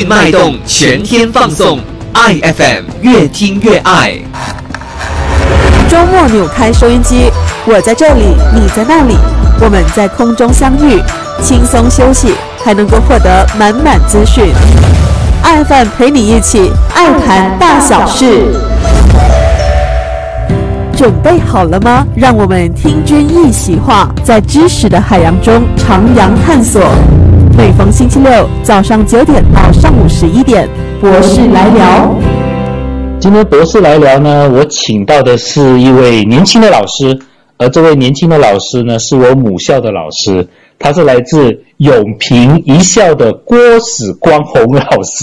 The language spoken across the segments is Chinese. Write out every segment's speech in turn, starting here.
脉动，全天放送，爱 FM 越听越爱。 周末扭开收音机，我在这里，你在那里，我们在空中相遇，轻松休息，还能够获得满满资讯。爱 FM 陪你一起爱谈大小事。准备好了吗？让我们听君一席话，在知识的海洋中徜徉探索。每逢星期六早上9点到上午11点，博士来聊。 今天博士来聊呢，我请到的是一位年轻的老师，而这位年轻的老师呢，是我母校的老师，他是来自永平一校的郭史光宏老师。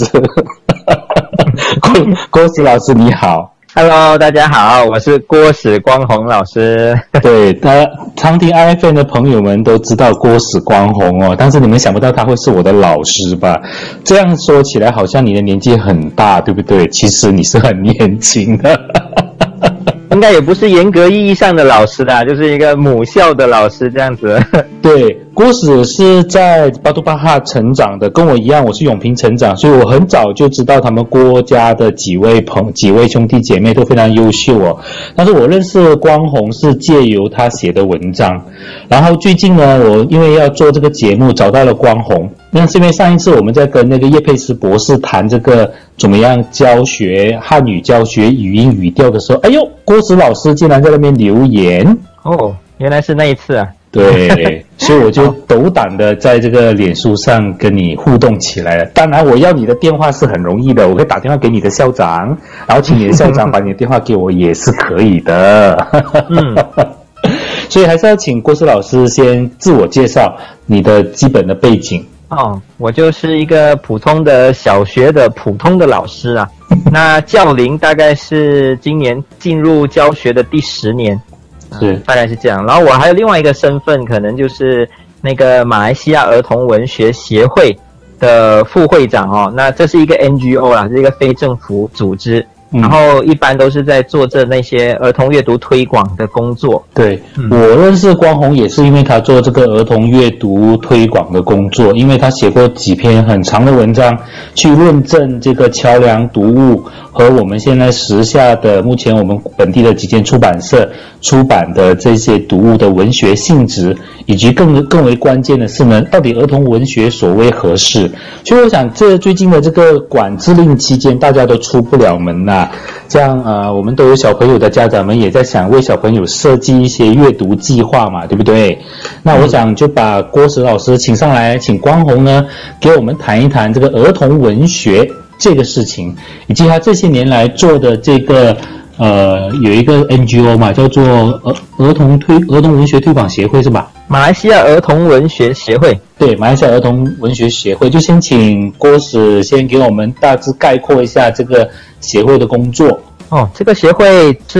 郭史老师你好。 Hello， 大家好，我是郭史光宏老师。 对，大家常听 iFM 的朋友们都知道郭史光宏哦，但是你们想不到他会是我的老师吧？这样说起来好像你的年纪很大，对不对？其实你是很年轻的。 应该也不是严格意义上的老师啦，就是一个母校的老师这样子。 对，郭史是在巴都巴哈成长的，跟我一样，我是永平成长，所以我很早就知道他们郭家的几位兄弟姐妹都非常优秀哦。但是我认识光宏是借由他写的文章，然后最近呢，我因为要做这个节目，找到了光宏。那是因为上一次我们在跟那个叶佩斯博士谈这个怎么样教学汉语教学语音语调的时候，哎呦，郭史老师竟然在那边留言哦，原来是那一次啊。 对，所以我就斗胆的在这个脸书上跟你互动起来了。当然我要你的电话是很容易的，我可以打电话给你的校长，然后请你的校长把你的电话给我也是可以的。所以还是要请郭史老师先自我介绍你的基本的背景。 哦，我就是一个普通的小学的普通的老师啊。那教龄大概是今年进入教学的第10年，是大概是这样。然后我还有另外一个身份，可能就是那个马来西亚儿童文学协会的副会长哦。那这是一个 NGO 啦，是一个非政府组织。然后一般都是在做着那些儿童阅读推广的工作。对， 我认识光宏也是因为他做这个儿童阅读推广的工作，因为他写过几篇很长的文章去论证这个桥梁读物和我们现在时下的目前我们本地的几间出版社出版的这些读物的文学性质，以及更为关键的是呢，到底儿童文学所谓何事。所以我想这最近的这个管制令期间大家都出不了门啦，这样我们都有小朋友的家长们也在想为小朋友设计一些阅读计划嘛，对不对？那我想就把郭史老师请上来，请光宏呢给我们谈一谈这个儿童文学这个事情，以及他这些年来做的这个有一个 NGO 嘛，叫做儿童文学推广协会是吧？ 马来西亚儿童文学协会。 对，马来西亚儿童文学协会。就先请郭史先给我们大致概括一下这个协会的工作。 哦，这个协会是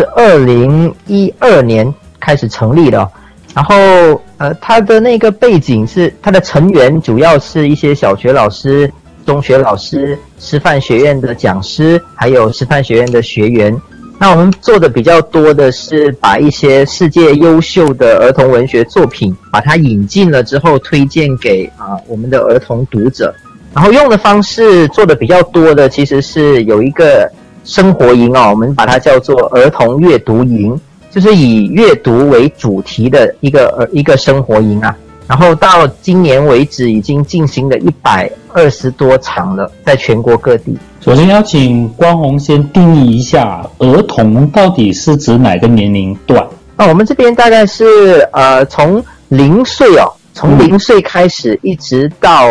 2012年开始成立的，然后它的那个背景是它的成员主要是一些小学老师、中学老师、师范学院的讲师，还有师范学院的学员。那我们做的比较多的是把一些世界优秀的儿童文学作品把它引进了之后推荐给我们的儿童读者。然后用的方式做的比较多的其实是有一个生活营我们把它叫做儿童阅读营，就是以阅读为主题的一个生活营啊。然后到今年为止已经进行了120多场了，在全国各地。 首先要请光宏先定义一下儿童到底是指哪个年龄段？ 我们这边大概是从0岁从0岁开始一直到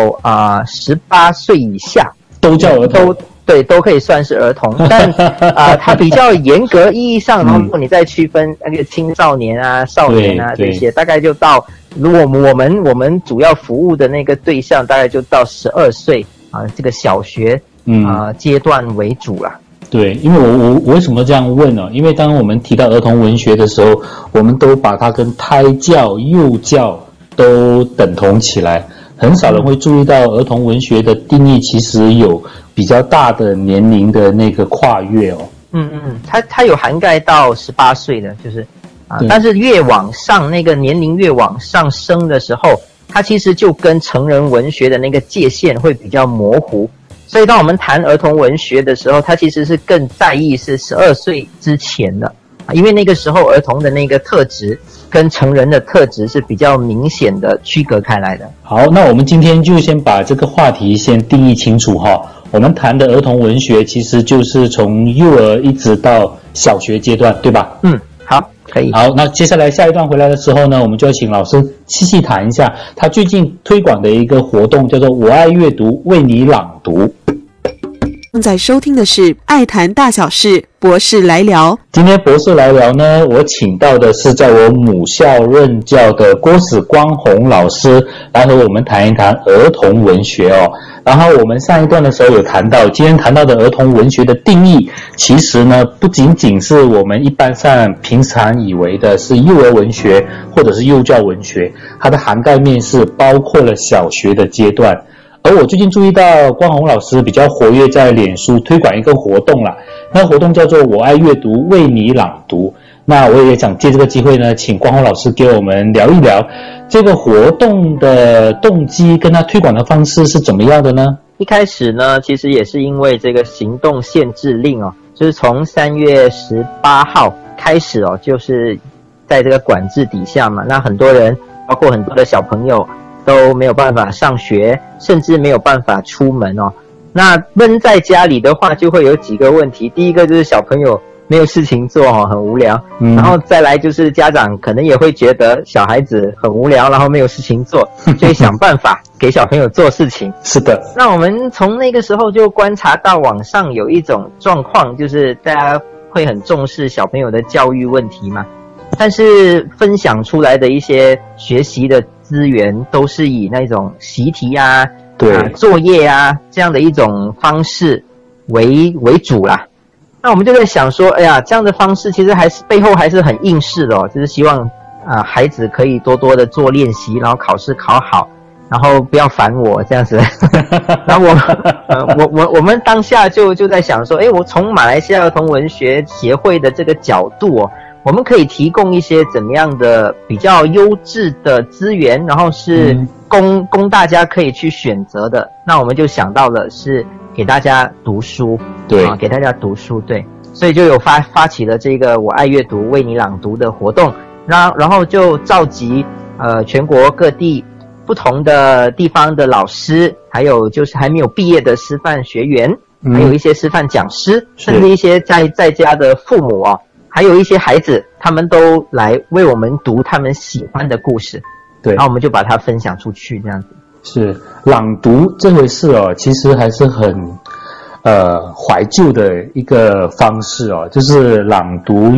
18岁以下都叫儿童。 对，都可以算是儿童，但它比较严格意义上，然后如果你再区分那个青少年啊、少年啊这些，大概就到如果我们主要服务的那个对象，大概就到12岁这个小学阶段为主啦。 对，因为我为什么这样问呢？因为当我们提到儿童文学的时候，我们都把它跟胎教、幼教都等同起来，很少人会注意到儿童文学的定义其实有比较大的年龄的那个跨越哦。 它有涵盖到18岁的，就是但是越往上那个年龄越往上升的时候，它其实就跟成人文学的那个界限会比较模糊。 所以当我们谈儿童文学的时候，它其实是更在意是12岁之前的，因为那个时候儿童的那个特质跟成人的特质是比较明显的区隔开来的。 好，那我们今天就先把这个话题先定义清楚哈。我们谈的儿童文学其实就是从幼儿一直到小学阶段，对吧？ 好，可以。 好，那接下来下一段回来的时候呢，我们就要请老师细细谈一下他最近推广的一个活动，叫做我爱阅读，为你朗读。 正在收听的是爱谈大小事，博士来聊。 今天博士来聊呢，我请到的是在我母校任教的郭子光宏老师，来和我们谈一谈儿童文学哦。然后我们上一段的时候有谈到，今天谈到的儿童文学的定义，其实呢不仅仅是我们一般上平常以为的是幼儿文学或者是幼教文学，它的涵盖面是包括了小学的阶段。而我最近注意到光宏老师比较活跃在脸书推广一个活动啦，那个活动叫做我爱阅读，为你朗读。那我也想借这个机会呢，请光宏老师给我们聊一聊这个活动的动机跟他推广的方式是怎么样的呢？ 一开始呢，其实也是因为这个行动限制令哦，就是从3月18号开始哦，就是在这个管制底下嘛，那很多人包括很多的小朋友都没有办法上学，甚至没有办法出门哦。那闷在家里的话，就会有几个问题。第一个就是小朋友没有事情做哦，很无聊。然后再来就是家长可能也会觉得小孩子很无聊，然后没有事情做，所以想办法给小朋友做事情。 是的。 那我们从那个时候就观察到网上有一种状况，就是大家会很重视小朋友的教育问题嘛，但是分享出来的一些学习的资源都是以那种习题啊、作业啊这样的一种方式为主啦。那我们就在想说，哎呀，这样的方式其实还是背后还是很应试的哦，就是希望孩子可以多多的做练习，然后考试考好，然后不要烦我这样子。然后我们当下就在想说，我从马来西亚儿童文学协会的这个角度哦，我们可以提供一些怎么样的比较优质的资源，然后是供大家可以去选择的。那我们就想到了是给大家读书，对啊，给大家读书，对，所以就有发起了这个我爱阅读为你朗读的活动，然后就召集全国各地不同的地方的老师，还有就是还没有毕业的师范学员，还有一些师范讲师，甚至一些在家的父母哦，还有一些孩子，他们都来为我们读他们喜欢的故事，对，然后我们就把它分享出去，这样子。是朗读这回事哦，其实还是很怀旧的一个方式哦，就是朗读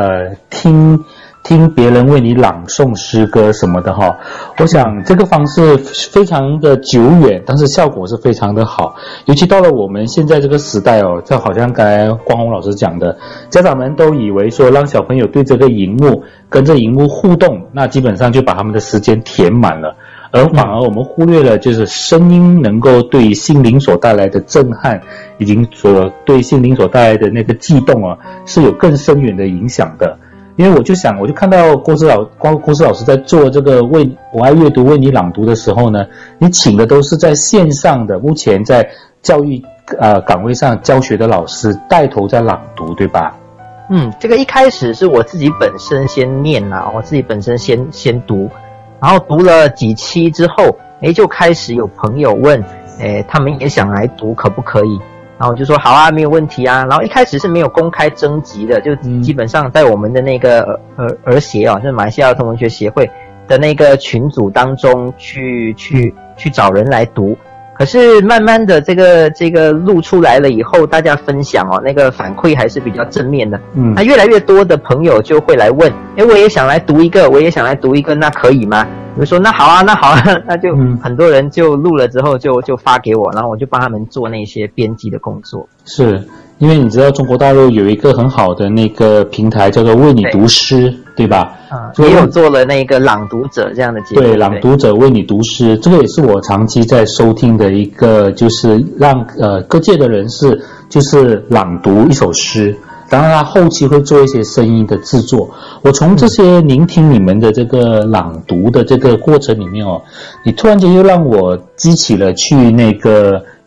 听别人为你朗诵诗歌什么的哈。我想这个方式非常的久远，但是效果是非常的好，尤其到了我们现在这个时代哦，就好像刚才光宏老师讲的，家长们都以为说让小朋友对这个荧幕跟这荧幕互动，那基本上就把他们的时间填满了，而反而我们忽略了就是声音能够对心灵所带来的震撼，以及对心灵所带来的那个悸动啊，是有更深远的影响的。因为我就看到郭思老师在做这个我爱阅读为你朗读的时候呢，你请的都是在线上的，目前在教育岗位上教学的老师带头在朗读，对吧？ 这个一开始是我自己本身先念啦，我自己本身先读，然后读了几期之后，就开始有朋友问，他们也想来读，可不可以？然后我就说好啊，没有问题啊。然后一开始是没有公开征集的，就基本上在我们的那个儿协就是马来西亚儿童文学协会的那个群组当中去找人来读。可是慢慢的这个录出来了以后，大家分享哦，那个反馈还是比较正面的。那越来越多的朋友就会来问，我也想来读一个，那可以吗？我就说那好啊，那就很多人就录了之后就发给我，然后我就帮他们做那些编辑的工作。 是因为你知道中国大陆有一个很好的那个平台叫做为你读诗， 对吧？ 也有做了那个朗读者这样的节目。对， 朗读者为你读诗，这个也是我长期在收听的一个，就是让各界的人士就是朗读一首诗。当然他后期会做一些声音的制作。我从这些聆听你们的这个朗读的这个过程里面哦，你突然间又让我激起了去那个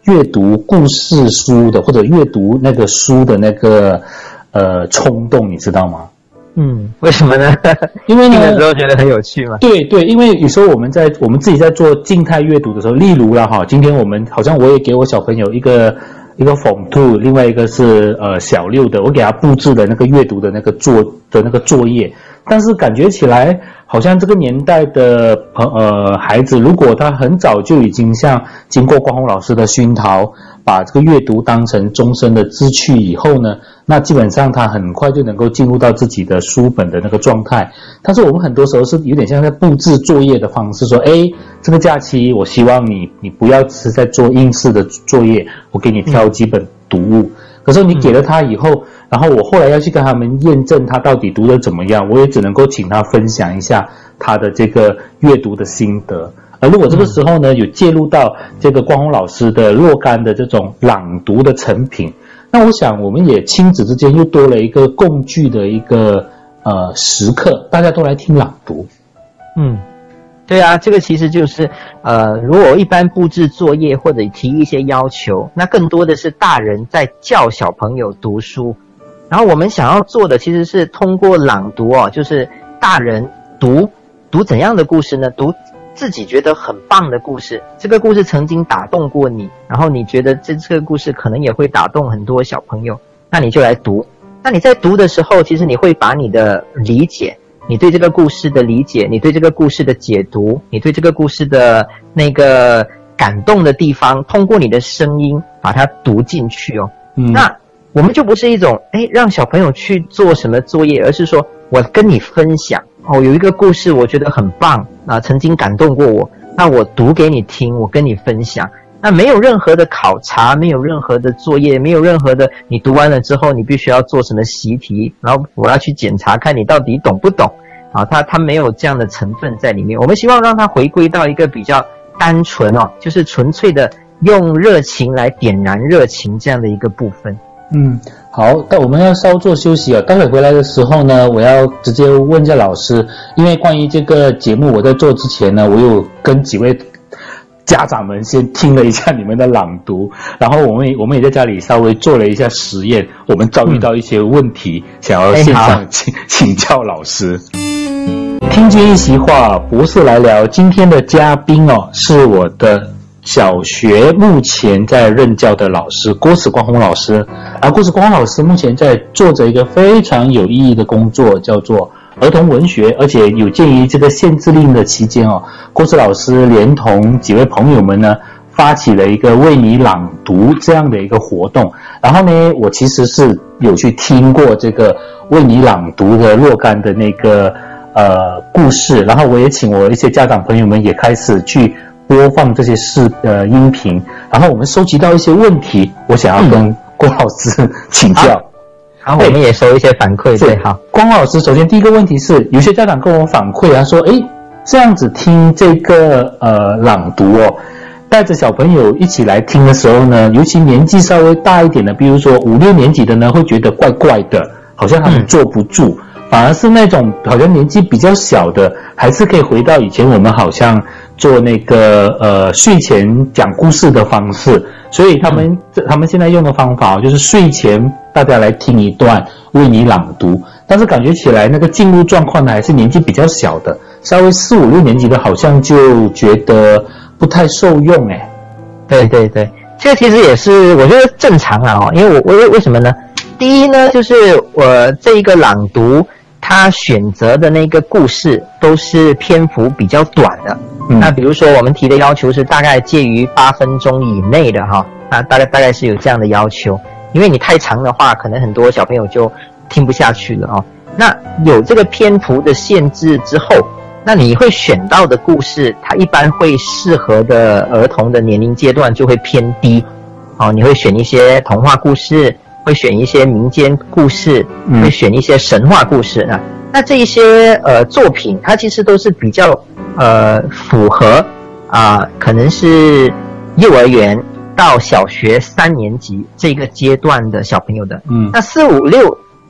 阅读故事书的或者阅读那个书的那个冲动，你知道吗？ 为什么呢？ 因为呢， 听的时候觉得很有趣嘛。 对，因为有时候我们自己在做静态阅读的时候，例如啦哈，今天我们好像我也给我小朋友一个Form 2，另外一个是小6的，我给他布置的那个阅读的那个作业，但是感觉起来好像这个年代的孩子，如果他很早就已经像经过光宏老师的熏陶，把这个阅读当成终身的志趣以后呢，那基本上他很快就能够进入到自己的书本的那个状态。但是我们很多时候是有点像在布置作业的方式，说这个假期我希望你不要只是在做应试的作业，我给你挑几本读物。可是你给了他以后，然后我后来要去跟他们验证他到底读得怎么样，我也只能够请他分享一下他的这个阅读的心得。而如果这个时候呢，有介入到这个光宏老师的若干的这种朗读的成品，那我想我们也亲子之间又多了一个共聚的一个时刻，大家都来听朗读。 对啊，这个其实就是如果一般布置作业或者提一些要求，那更多的是大人在教小朋友读书，然后我们想要做的其实是通过朗读就是大人读怎样的故事呢？读自己觉得很棒的故事，这个故事曾经打动过你，然后你觉得这个故事可能也会打动很多小朋友，那你就来读。那你在读的时候，其实你会把你的理解，你对这个故事的理解，你对这个故事的解读，你对这个故事的那个感动的地方，通过你的声音把它读进去那我们就不是一种让小朋友去做什么作业，而是说我跟你分享有一个故事我觉得很棒曾经感动过我，那我读给你听，我跟你分享。那没有任何的考察，没有任何的作业，没有任何的你读完了之后你必须要做什么习题，然后我要去检查看你到底懂不懂它没有这样的成分在里面。我们希望让它回归到一个比较单纯就是纯粹的用热情来点燃热情这样的一个部分。 好，但我们要稍作休息待会回来的时候呢，我要直接问一下老师，因为关于这个节目我在做之前呢，我有跟几位家长们先听了一下你们的朗读，然后我们也在家里稍微做了一下实验，我们遭遇到一些问题，想要现场请教老师。听见一席话，博士来聊。今天的嘉宾是我的小学目前在任教的老师郭子光宏老师，郭子光宏老师目前在做着一个非常有意义的工作，叫做儿童文学，而且有鉴于这个限制令的期间郭子老师连同几位朋友们呢，发起了一个为你朗读这样的一个活动。然后呢，我其实是有去听过这个为你朗读的若干的那个故事，然后我也请我一些家长朋友们也开始去播放这些音频，然后我们收集到一些问题，我想要跟郭老师请教。 好，我们也收一些反馈。对，好， 光老师，首先第一个问题是，有些家长跟我反馈说，这样子听这个朗读带着小朋友一起来听的时候呢，尤其年纪稍微大一点的，比如说5、6年级的呢，会觉得怪怪的，好像他们坐不住。反而是那种好像年纪比较小的，还是可以回到以前我们好像做那个睡前讲故事的方式，所以他们现在用的方法就是睡前大家来听一段为你朗读，但是感觉起来那个进入状况呢，还是年纪比较小的，稍微4、5、6年级的好像就觉得不太受用对，这个其实也是我觉得正常因为我为什么呢？第一呢，就是我这一个朗读他选择的那个故事都是篇幅比较短的，那比如说我们提的要求是大概介于8分钟以内的那大概是有这样的要求，因为你太长的话，可能很多小朋友就听不下去了那有这个篇幅的限制之后，那你会选到的故事，它一般会适合的儿童的年龄阶段就会偏低你会选一些童话故事，会选一些民间故事，会选一些神话故事那这一些作品，它其实都是比较符合可能是幼儿园到小学3年级这个阶段的小朋友的那4、5、6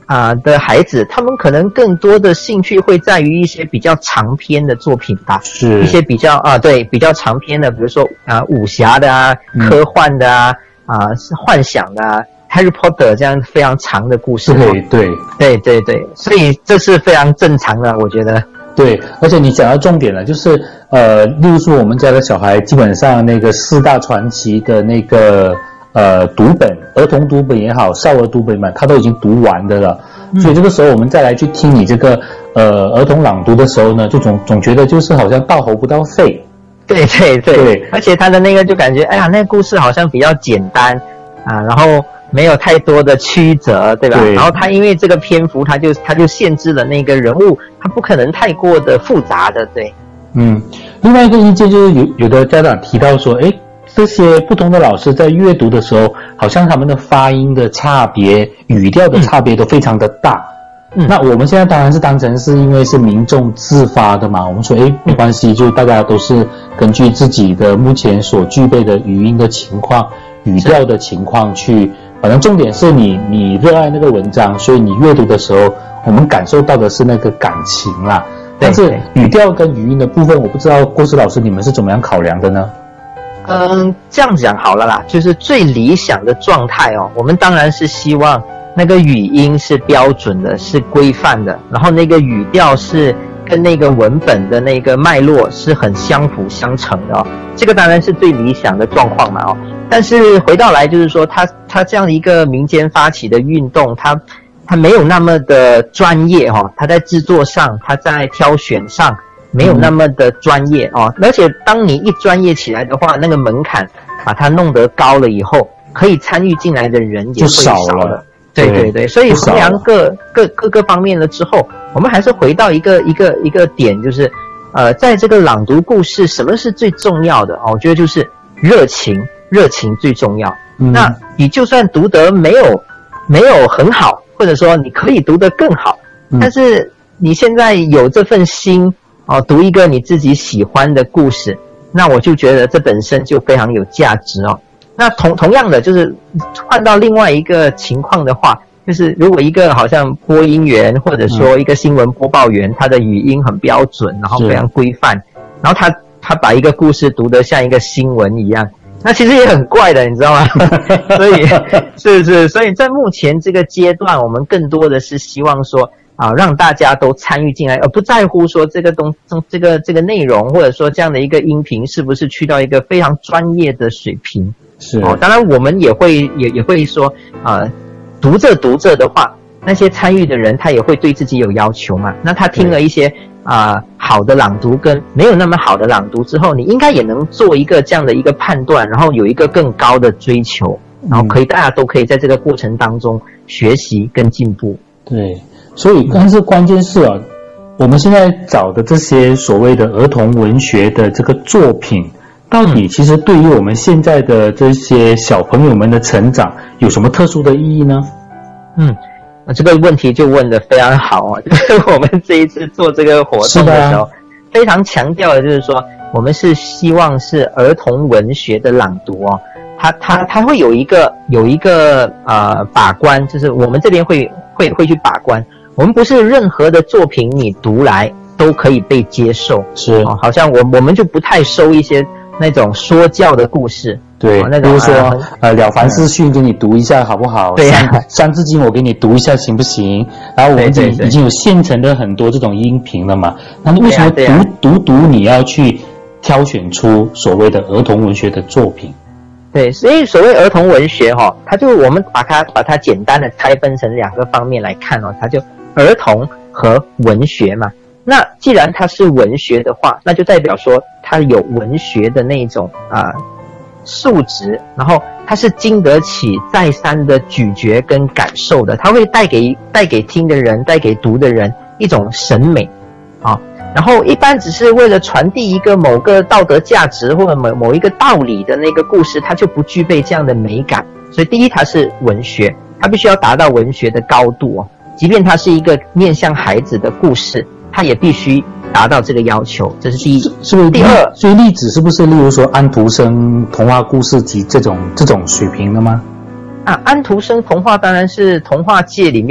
的孩子，他们可能更多的兴趣会在于一些比较长篇的作品吧， 是一些比较比较长篇的，比如说武侠的科幻的幻想的Harry Potter 这样非常长的故事。对，所以这是非常正常的，我觉得。 对，而且你讲到重点了，就是例如说我们家的小孩基本上那个4大传奇的那个读本，儿童读本也好，少儿读本嘛，他都已经读完的了。所以这个时候我们再来去听你这个儿童朗读的时候呢，就总觉得就是好像到喉不到肺。 对，而且他的那个就感觉，哎呀，那个故事好像比较简单然后没有太多的曲折，对吧？对。然后他因为这个篇幅，他就限制了那个人物，他不可能太过的复杂的，对。 另外一个意见就是有的家长提到说，这些不同的老师在阅读的时候，好像他们的发音的差别、语调的差别都非常的大。那我们现在当然是当成是因为是民众自发的嘛，我们说没关系，就大家都是根据自己的目前所具备的语音的情况、语调的情况去，反正重点是你热爱那个文章，所以你阅读的时候，我们感受到的是那个感情啦。但是语调跟语音的部分，我不知道郭师老师你们是怎么样考量的呢？ 这样讲好了啦，就是最理想的状态我们当然是希望那个语音是标准的，是规范的，然后那个语调是跟那个文本的那个脉络是很相辅相成的这个当然是最理想的状况嘛但是回到来就是说，他这样的一个民间发起的运动，他没有那么的专业他在制作上，他在挑选上没有那么的专业而且当你一专业起来的话，那个门槛把它弄得高了以后，可以参与进来的人也会少了。对，所以衡量各个方面了之后，我们还是回到一个点，就是在这个朗读故事，什么是最重要的我觉得就是热情最重要。那你就算读得没有很好，或者说你可以读得更好，但是你现在有这份心读一个你自己喜欢的故事，那我就觉得这本身就非常有价值那同样的，就是换到另外一个情况的话，就是如果一个好像播音员或者说一个新闻播报员，他的语音很标准，然后非常规范，然后他把一个故事读得像一个新闻一样，那其实也很怪的，你知道吗？所以所以在目前这个阶段，我们更多的是希望说让大家都参与进来，而不在乎说这个内容，或者说这样的一个音频是不是去到一个非常专业的水平。是当然我们也会说读着的话，那些参与的人他也会对自己有要求嘛。那他听了一些好的朗读跟没有那么好的朗读之后，你应该也能做一个这样的一个判断，然后有一个更高的追求，然后大家都可以在这个过程当中学习跟进步。 对，所以但是关键是我们现在找的这些所谓的儿童文学的这个作品，到底其实对于我们现在的这些小朋友们的成长有什么特殊的意义呢？ 这个问题就问得非常好就是我们这一次做这个活动的时候，非常强调的就是说，我们是希望是儿童文学的朗读它会有一个把关，就是我们这边会去把关，我们不是任何的作品你读来都可以被接受，是好像我们就不太收一些那种说教的故事， 对，比如说了凡四训给你读一下好不好？对三字经我给你读一下行不行？然后我们已经有现成的很多这种音频了嘛，那你为什么读你要去挑选出所谓的儿童文学的作品？ 对，所以所谓儿童文学它就我们把它简单的拆分成2个方面来看它就儿童和文学嘛。那既然它是文学的话，那就代表说它有文学的那种素质，然后它是经得起再三的咀嚼跟感受的，它会带给听的人，带给读的人一种审美然后一般只是为了传递一个某个道德价值或者某一个道理的那个故事，它就不具备这样的美感。所以第一，它是文学，它必须要达到文学的高度即便它是一个面向孩子的故事，它也必须达到这个要求，这是第一。 是不是第二？所以例子是不是例如说安徒生童话故事集这种水平的吗？ 安徒生童话当然是童话界里面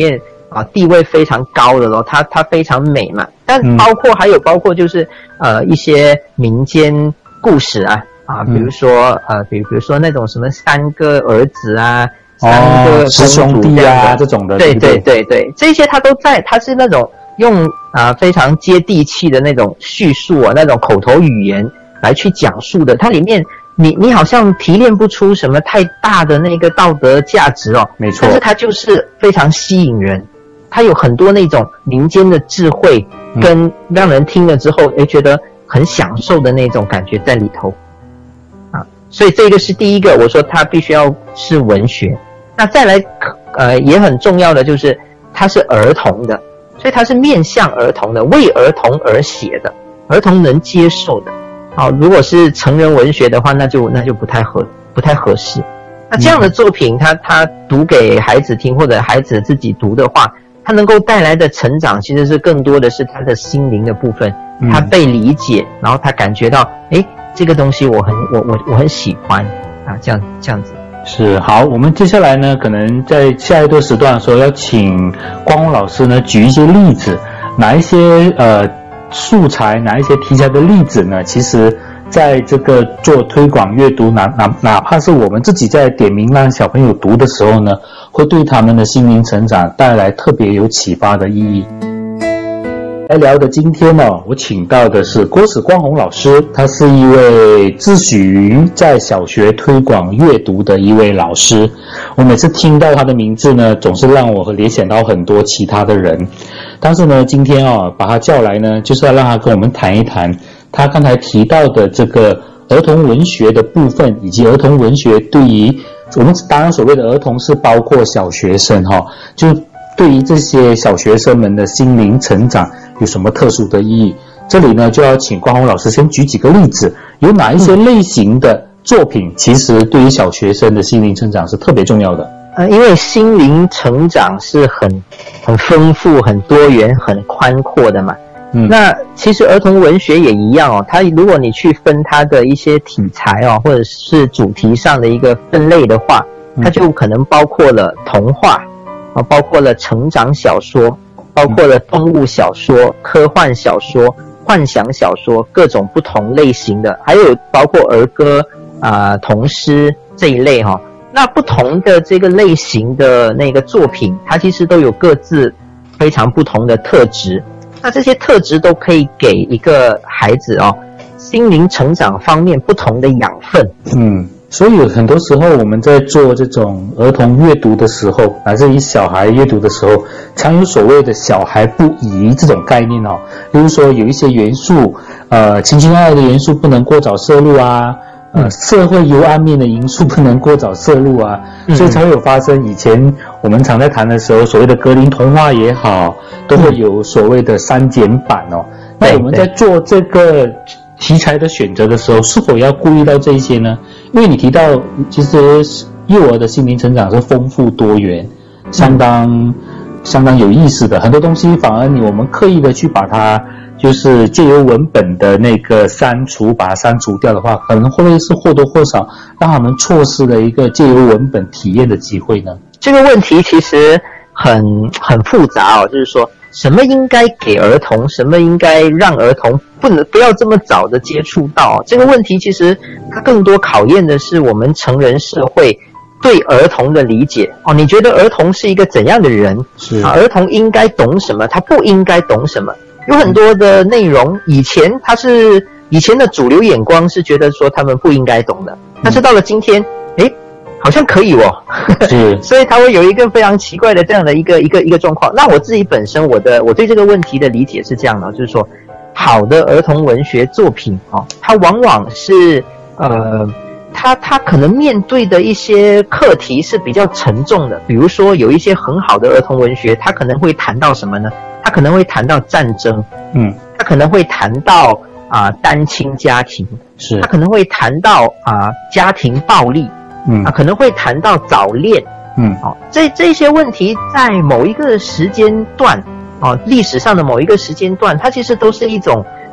地位非常高的咯，它非常美嘛。但包括就是一些民间故事啊，比如说比如说那种什么3个儿子啊，3个师兄弟啊这种的， 对，这些它都在，它是那种用非常接地气的那种叙述啊，那种口头语言来去讲述的，它里面你好像提炼不出什么太大的那个道德价值哦， 没错， 但是它就是非常吸引人，它有很多那种民间的智慧跟让人听了之后觉得很享受的那种感觉在里头所以这个是第一个，我说它必须要是文学。那再来也很重要的就是它是儿童的，所以它是面向儿童的，为儿童而写的，儿童能接受的。如果是成人文学的话，那就不太合适。那这样的作品他读给孩子听，或者孩子自己读的话，他能够带来的成长其实是更多的是他的心灵的部分，他被理解，然后他感觉到这个东西我很喜欢这样子。 是，好，我们接下来呢，可能在下一段时段的时候，要请光宏老师呢举一些例子，哪一些素材，哪一些题材的例子呢？其实在这个做推广阅读，哪怕是我们自己在点名让小朋友读的时候呢，会对他们的心灵成长带来特别有启发的意义。来聊的今天呢，我请到的是郭史光宏老师，他是一位自诩于在小学推广阅读的一位老师。我每次听到他的名字呢，总是让我联想到很多其他的人。但是呢，今天把他叫来呢，就是要让他跟我们谈一谈他刚才提到的这个儿童文学的部分，以及儿童文学对于我们当然所谓的儿童是包括小学生就对于这些小学生们的心灵成长有什么特殊的意义？这里呢，就要请光宏老师先举几个例子，有哪一些类型的作品其实对于小学生的心灵成长是特别重要的？ 因为心灵成长是很丰富、很多元、很宽阔的嘛。那其实儿童文学也一样它如果你去分它的一些题材或者是主题上的一个分类的话，它就可能包括了童话包括了成长小说，包括了动物小说、科幻小说、幻想小说，各种不同类型的，还有包括儿歌童诗这一类那不同的这个类型的那个作品，它其实都有各自非常不同的特质，那这些特质都可以给一个孩子心灵成长方面不同的养分。 所以很多时候我们在做这种儿童阅读的时候，乃至于小孩阅读的时候，常有所谓的小孩不宜这种概念例如说有一些元素情情爱爱的元素不能过早摄入社会幽暗面的因素不能过早摄入所以才会有发生以前我们常在谈的时候，所谓的格林童话也好，都会有所谓的删减版那我们在做这个题材的选择的时候，是否要顾虑到这一些呢？因为你提到其实幼儿的心灵成长是丰富多元，相当有意思的，很多东西反而我们刻意的去把它就是借由文本的那个把它删除掉的话，可能会不会是或多或少让他们错失了一个借由文本体验的机会呢？ 这个问题其实很复杂就是说什么应该给儿童，什么应该让儿童不要这么早的接触到这个问题其实它更多考验的是我们成人社会对儿童的理解你觉得儿童是一个怎样的人？儿童应该懂什么，他不应该懂什么？有很多的内容以前的主流眼光是觉得说他们不应该懂的，但是到了今天好像可以所以它会有一个非常奇怪的这样的一个状况。那我自己本身我对这个问题的理解是这样的，就是说好的儿童文学作品它往往是它可能面对的一些课题是比较沉重的。比如说有一些很好的儿童文学，它可能会谈到什么呢？它可能会谈到战争，它可能会谈到单亲家庭，它可能会谈到家庭暴力，可能会谈到早恋，这些问题在某一个时间段历史上的某一个时间段，它其实都是一种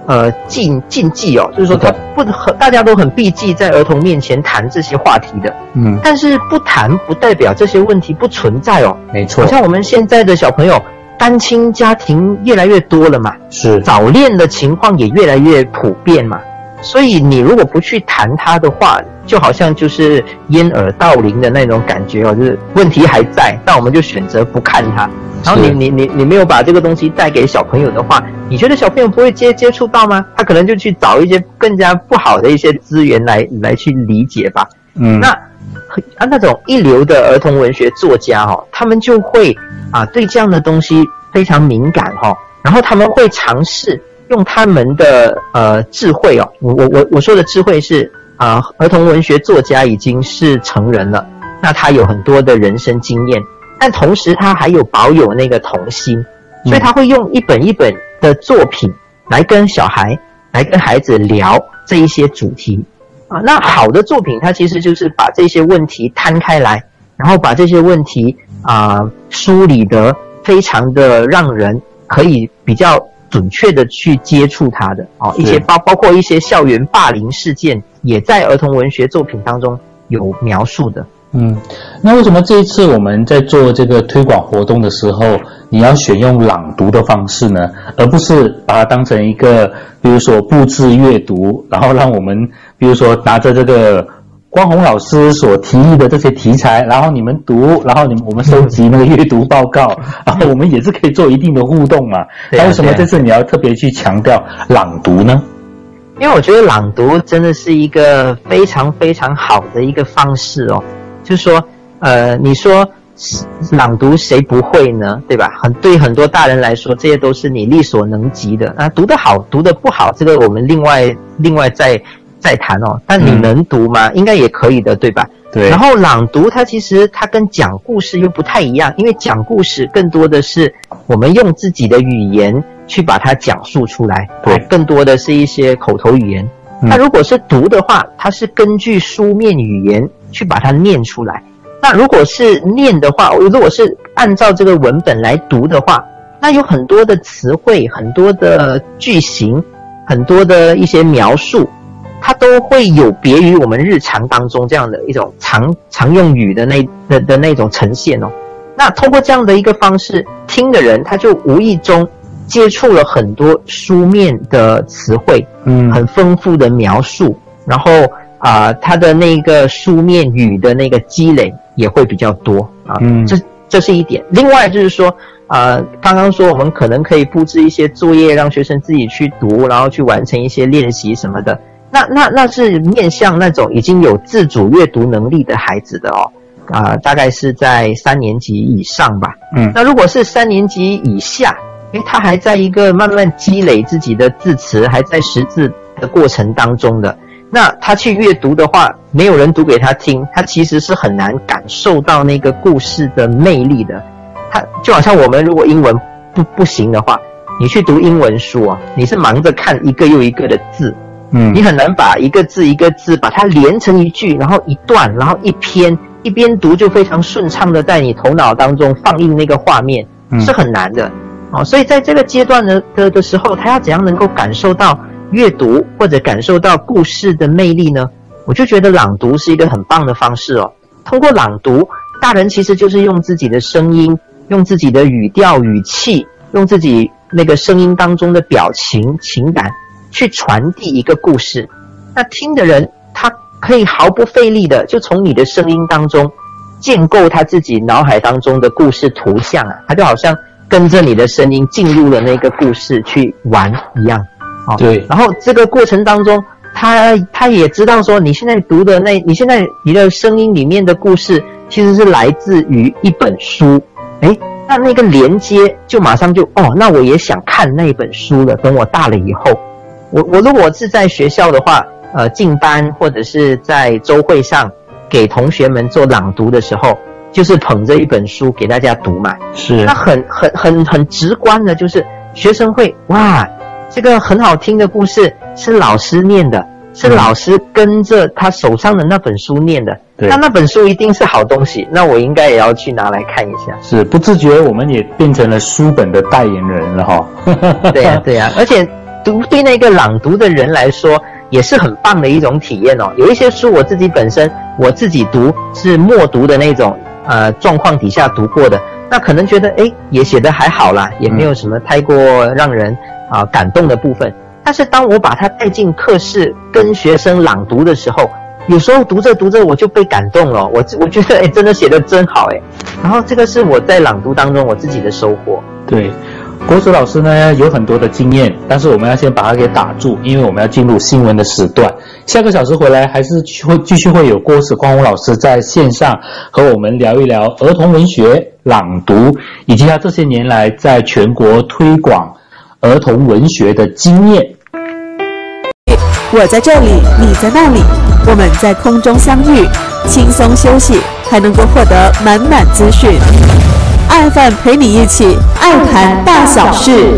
禁忌哦，就是说他大家都很避忌在儿童面前谈这些话题的。但是不谈不代表这些问题不存在哦。 没错， 好像我们现在的小朋友单亲家庭越来越多了嘛， 是早恋的情况也越来越普遍嘛。所以你如果不去谈它的话，就好像就是掩耳盗铃的那种感觉哦，就是问题还在，但我们就选择不看它。然后你没有把这个东西带给小朋友的话，你觉得小朋友不会接触到吗？他可能就去找一些更加不好的一些资源来去理解吧。那种一流的儿童文学作家他们就会对这样的东西非常敏感然后他们会尝试用他们的智慧我说的智慧是儿童文学作家已经是成人了，那他有很多的人生经验，但同时他还有保有那个童心，所以他会用一本一本的作品来跟孩子聊这一些主题那好的作品它其实就是把这些问题摊开来，然后把这些问题梳理得非常的让人可以比较准确的去接触它的一些包括一些校园霸凌事件也在儿童文学作品当中有描述的。 那为什么这一次我们在做这个推广活动的时候，你要选用朗读的方式呢，而不是把它当成一个比如说布置阅读，然后让我们比如说拿着这个光宏老师所提议的这些题材，然后你们读，然后我们收集那个阅读报告，然后我们也是可以做一定的互动嘛。那为什么这次你要特别去强调朗读呢？ 因为我觉得朗读真的是一个非常非常好的一个方式哦。就是说你说朗读谁不会呢，对吧？对很多大人来说这些都是你力所能及的读得好读得不好这个我们另外再谈但你能读吗？应该也可以的，对吧？对。然后朗读它其实它跟讲故事又不太一样，因为讲故事更多的是我们用自己的语言去把它讲述出来，对，更多的是一些口头语言。那如果是读的话，它是根据书面语言去把它念出来。那如果是念的话，如果是按照这个文本来读的话，那有很多的词汇，很多的句型，很多的一些描述，它都会有别于我们日常当中这样的一种常用语的那种呈现那通过这样的一个方式，听的人他就无意中接触了很多书面的词汇，很丰富的描述，然后他的那个书面语的那个积累也会比较多这是一点。另外就是说刚刚说我们可能可以布置一些作业让学生自己去读，然后去完成一些练习什么的，那是面向那种已经有自主阅读能力的孩子的大概是在3年级以上吧。那如果是3年级以下，因为他还在一个慢慢积累自己的字词，还在识字的过程当中的，那他去阅读的话，没有人读给他听，他其实是很难感受到那个故事的魅力的。他就好像我们如果英文不行的话，你去读英文书你是忙着看一个又一个的字，你很难把一个字一个字把它连成一句，然后一段，然后一篇，一边读就非常顺畅的在你头脑当中放映那个画面，是很难的所以在这个阶段的时候，他要怎样能够感受到阅读或者感受到故事的魅力呢？我就觉得朗读是一个很棒的方式通过朗读，大人其实就是用自己的声音，用自己的语调语气，用自己那个声音当中的表情情感去传递一个故事。那听的人他可以毫不费力的就从你的声音当中建构他自己脑海当中的故事图像他就好像跟着你的声音进入了那个故事去玩一样对。 然后这个过程当中他也知道说你现在读的你的声音里面的故事其实是来自于一本书，那个连接就马上就那我也想看那本书了。等我大了以后，我如果是在学校的话进班或者是在周会上给同学们做朗读的时候，就是捧着一本书给大家读嘛。是。那很直观的就是学生会哇，这个很好听的故事是老师念的，是老师跟着他手上的那本书念的。对。那本书一定是好东西，那我应该也要去拿来看一下。 是，不自觉我们也变成了书本的代言人了对呀。 而且对那个朗读的人来说也是很棒的一种体验哦。有一些书我自己本身我自己读是默读的那种状况底下读过的，那可能觉得也写得还好啦，也没有什么太过让人感动的部分。但是当我把它带进课室跟学生朗读的时候，有时候读着读着我就被感动了，我觉得真的写得真好然后这个是我在朗读当中我自己的收获。 对，国史老师呢有很多的经验，但是我们要先把它给打住，因为我们要进入新闻的时段。下个小时回来还是继续会有郭史光宏老师在线上和我们聊一聊儿童文学朗读，以及他这些年来在全国推广儿童文学的经验。 我在这里，你在那里，我们在空中相遇，轻松休息，还能够获得满满资讯。iFM 陪你一起爱谈大小事。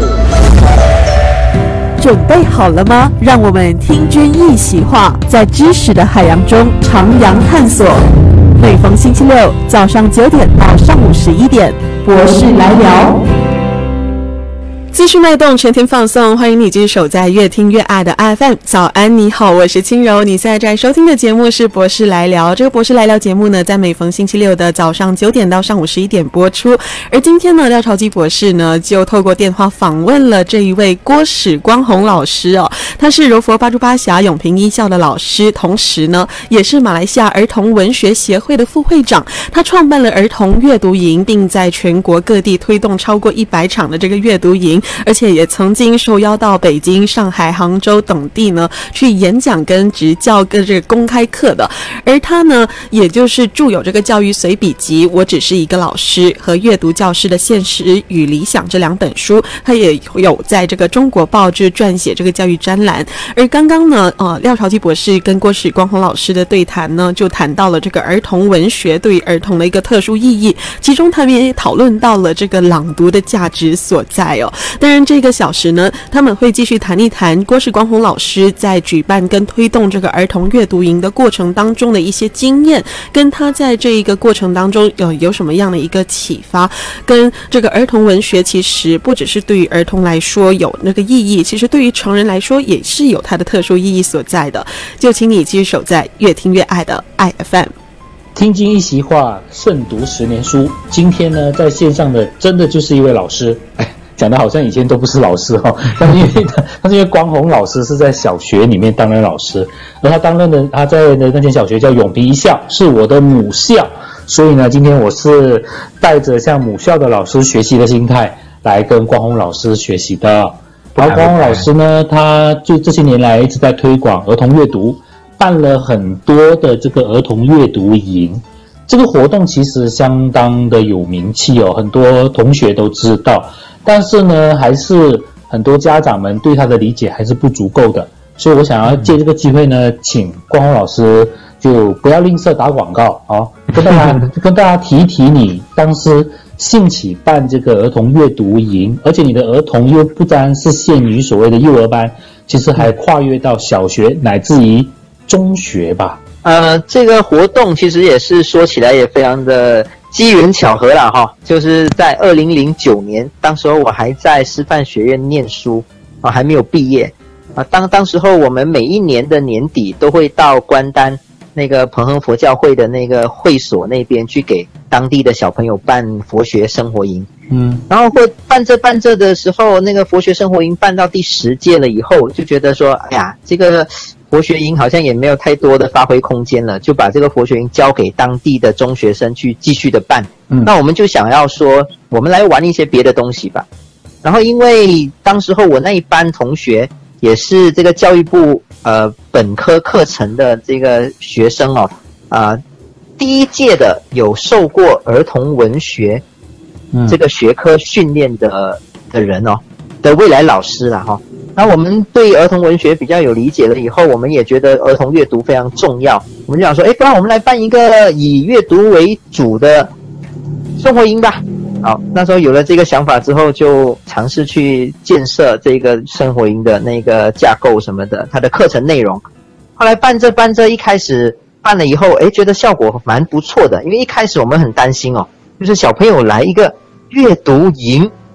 准备好了吗？让我们听君一席话，在知识的海洋中徜徉探索。每逢星期六早上9点到上午11点，博士来聊。资讯脉动，全天放送，欢迎你继续守在越听越爱的 iFM。早安，你好，我是轻柔。你现在在收听的节目是博士来聊。这个博士来聊节目呢，在每逢星期六的早上9点到上午11点播出。而今天呢，廖朝基博士呢，就透过电话访问了这一位郭史光宏老师哦。他是柔佛巴珠巴峡永平一校的老师，同时呢，也是马来西亚儿童文学协会的副会长。他创办了儿童阅读营，并在全国各地推动超过100场的这个阅读营。而且也曾经受邀到北京、上海、杭州等地呢去演讲跟执教跟这个公开课的。而他呢，也就是著有这个教育随笔集《我只是一个老师》和《阅读教师的现实与理想》这2本书，他也有在这个中国报纸撰写这个教育专栏。而刚刚呢，廖朝基博士跟郭史光宏老师的对谈呢，就谈到了这个儿童文学对于儿童的一个特殊意义，其中他们也讨论到了这个朗读的价值所在哦。当然这个小时呢，他们会继续谈一谈郭史光宏老师在举办跟推动这个儿童阅读营的过程当中的一些经验，跟他在这一个过程当中有什么样的一个启发，跟这个儿童文学其实不只是对于儿童来说有那个意义，其实对于成人来说也是有它的特殊意义所在的。就请你继续守在越听越爱的 iFM。 听君一席话，胜读10年书。今天呢，在线上的真的就是一位老师，讲的好像以前都不是老师但是因为光宏老师是在小学里面担任老师，而他在的那间小学叫永平一校，是我的母校，所以呢，今天我是带着向母校的老师学习的心态来跟光宏老师学习的。然后光宏老师呢，他就这些年来一直在推广儿童阅读，办了很多的这个儿童阅读营。这个活动其实相当的有名气很多同学都知道。但是呢，还是很多家长们对他的理解还是不足够的，所以我想要借这个机会呢，请光宏老师就不要吝啬打广告跟大家提一提你当时兴起办这个儿童阅读营，而且你的儿童又不单是限于所谓的幼儿班，其实还跨越到小学乃至于中学吧。 这个活动其实也是说起来也非常的机缘巧合啦就是在2009年，当时候我还在师范学院念书还没有毕业当时候我们每一年的年底都会到关丹那个彭亨佛教会的那个会所那边去给当地的小朋友办佛学生活营。然后会办着的时候，那个佛学生活营办到第10届了以后，就觉得说哎呀，这个佛学营好像也没有太多的发挥空间了，就把这个佛学营交给当地的中学生去继续的办。那我们就想要说，我们来玩一些别的东西吧。然后因为当时候我那一班同学也是这个教育部本科课程的这个学生第一届的有受过儿童文学这个学科训练的人的未来老师啦那我们对儿童文学比较有理解了以后，我们也觉得儿童阅读非常重要，我们就想说不然我们来办一个以阅读为主的生活营吧。好，那时候有了这个想法之后，就尝试去建设这个生活营的那个架构什么的，它的课程内容。后来办着一开始办了以后觉得效果蛮不错的，因为一开始我们很担心就是小朋友来一个阅读营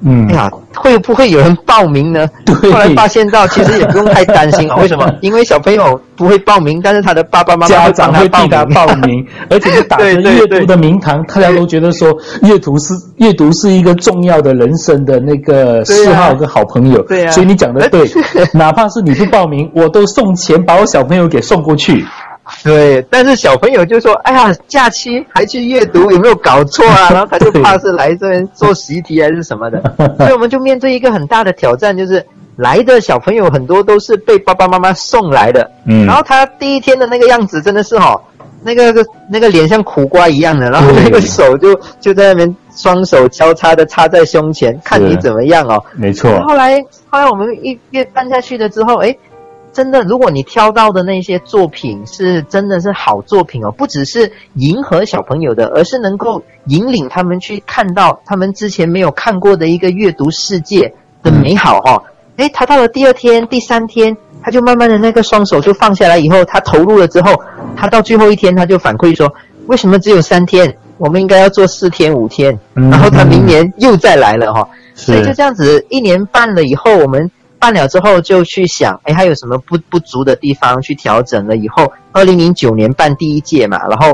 哎呀，会不会有人报名呢？ 对。 后来发现到其实也不用太担心为什么？因为小朋友不会报名，但是他的爸爸妈妈家长会替他报名，而且是打着阅读的名堂，大家都觉得说阅读是一个重要的人生的那个嗜好跟好朋友。 对啊， 所以你讲的对，哪怕是你不报名，我都送钱把我小朋友给送过去。 对，但是小朋友就说：“哎呀，假期还去阅读，有没有搞错啊？”然后他就怕是来这边做习题还是什么的，所以我们就面对一个很大的挑战，就是来的小朋友很多都是被爸爸妈妈送来的，然后他第一天的那个样子真的是那个脸像苦瓜一样的，然后那个手就在那边双手交叉的插在胸前，看你怎么样没错。 后来我们一越办下去了之后，真的，如果你挑到的那些作品是真的是好作品不只是迎合小朋友的，而是能够引领他们去看到他们之前没有看过的一个阅读世界的美好他到了第2天、第3天，他就慢慢的那个双手就放下来以后，他投入了之后，他到最后1天他就反馈说，为什么只有3天？我们应该要做4天、5天，然后他明年又再来了所以就这样子1年半了以后，我们办了之后就去想，还有什么不足的地方去调整了以后，2009年办第1届嘛，然后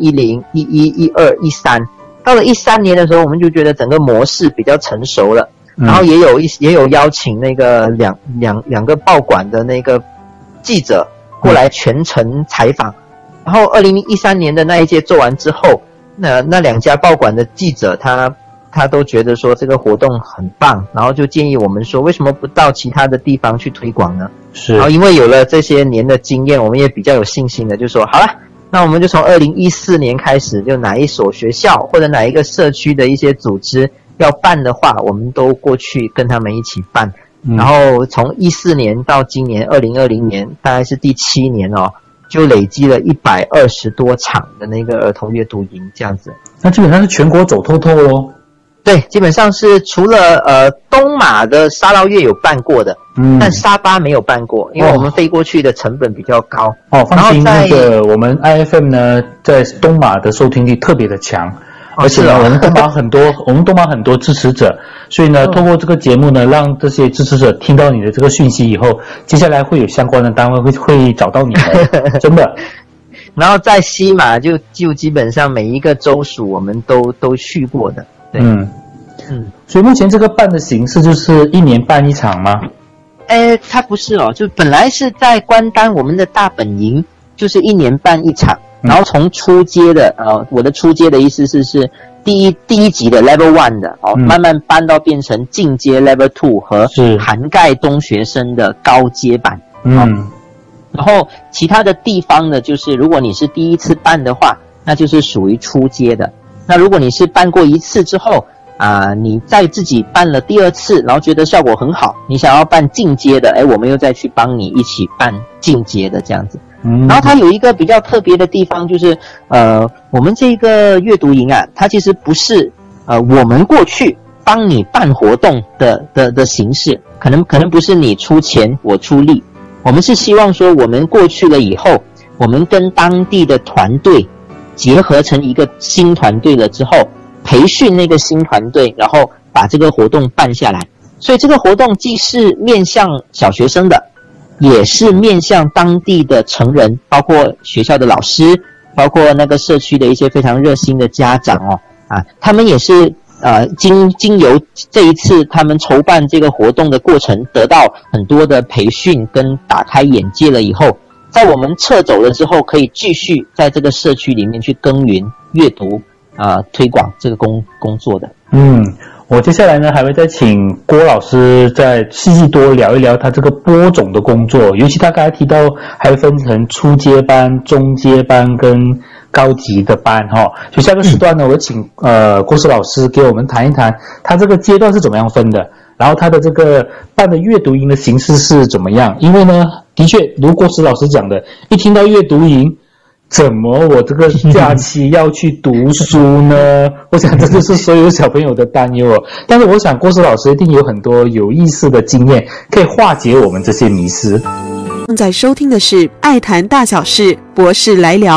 2010、11、12、13，到了13年的时候，我们就觉得整个模式比较成熟了，然后也有邀请那个两个报馆的那个记者过来全程采访，然后2013年的那一届做完之后，那2家报馆的记者他都觉得说这个活动很棒，然后就建议我们说，为什么不到其他的地方去推广呢？ 是。 然后因为有了这些年的经验，我们也比较有信心的，就说好了，那我们就从2014年开始，就哪一所学校或者哪一个社区的一些组织要办的话，我们都过去跟他们一起办。然后从14年到今年2020年，大概是第7年就累积了120多场的那个儿童阅读营这样子。 那基本上是全国走透透咯。 对，基本上是除了东马的沙捞越有办过的，但沙巴没有办过，因为我们飞过去的成本比较高。 放心，那个我们 IFM 呢，在东马的收听力特别的强，而且呢，我们东马很多支持者，所以呢，透过这个节目呢，让这些支持者听到你的这个讯息以后，接下来会有相关的单位会找到你的，真的。 然后在西马就基本上每一个州属我们都去过的。对， 所以目前这个办的形式就是1年办1场吗？ 它不是就本来是在关丹我们的大本营，就是1年办1场，然后从初阶的我的初阶的意思是第一级的 Level 1的慢慢搬到变成进阶 Level 2和涵盖中学生的高阶版。然后其他的地方呢，就是如果你是第一次办的话，那就是属于初阶的。那如果你是办过1次之后你再自己办了第2次，然后觉得效果很好，你想要办进阶的，我们又再去帮你一起办进阶的这样子。然后它有一个比较特别的地方，就是我们这个阅读营它其实不是我们过去帮你办活动的形式，可能不是你出钱我出力，我们是希望说我们过去了以后，我们跟当地的团队结合成一个新团队了之后，培训那个新团队，然后把这个活动办下来。所以这个活动既是面向小学生的，也是面向当地的成人，包括学校的老师，包括那个社区的一些非常热心的家长他们也是经由这一次他们筹办这个活动的过程，得到很多的培训跟打开眼界了以后，在我们撤走了之后，可以继续在这个社区里面去耕耘阅读推广这个工作的。 我接下来呢还会再请郭老师再细多聊一聊他这个播种的工作，尤其他刚才提到还分成初阶班、中阶班跟高级的班所以下个时段呢，我请郭师老师给我们谈一谈他这个阶段是怎么样分的，然后他的这个办的阅读营的形式是怎么样。因为呢，的确如郭师老师讲的，一听到阅读营，怎么我这个假期要去读书呢？我想这就是所有小朋友的担忧但是我想郭师老师一定有很多有意思的经验，可以化解我们这些迷思。 正在收听的是爱谈大小事，博士来聊。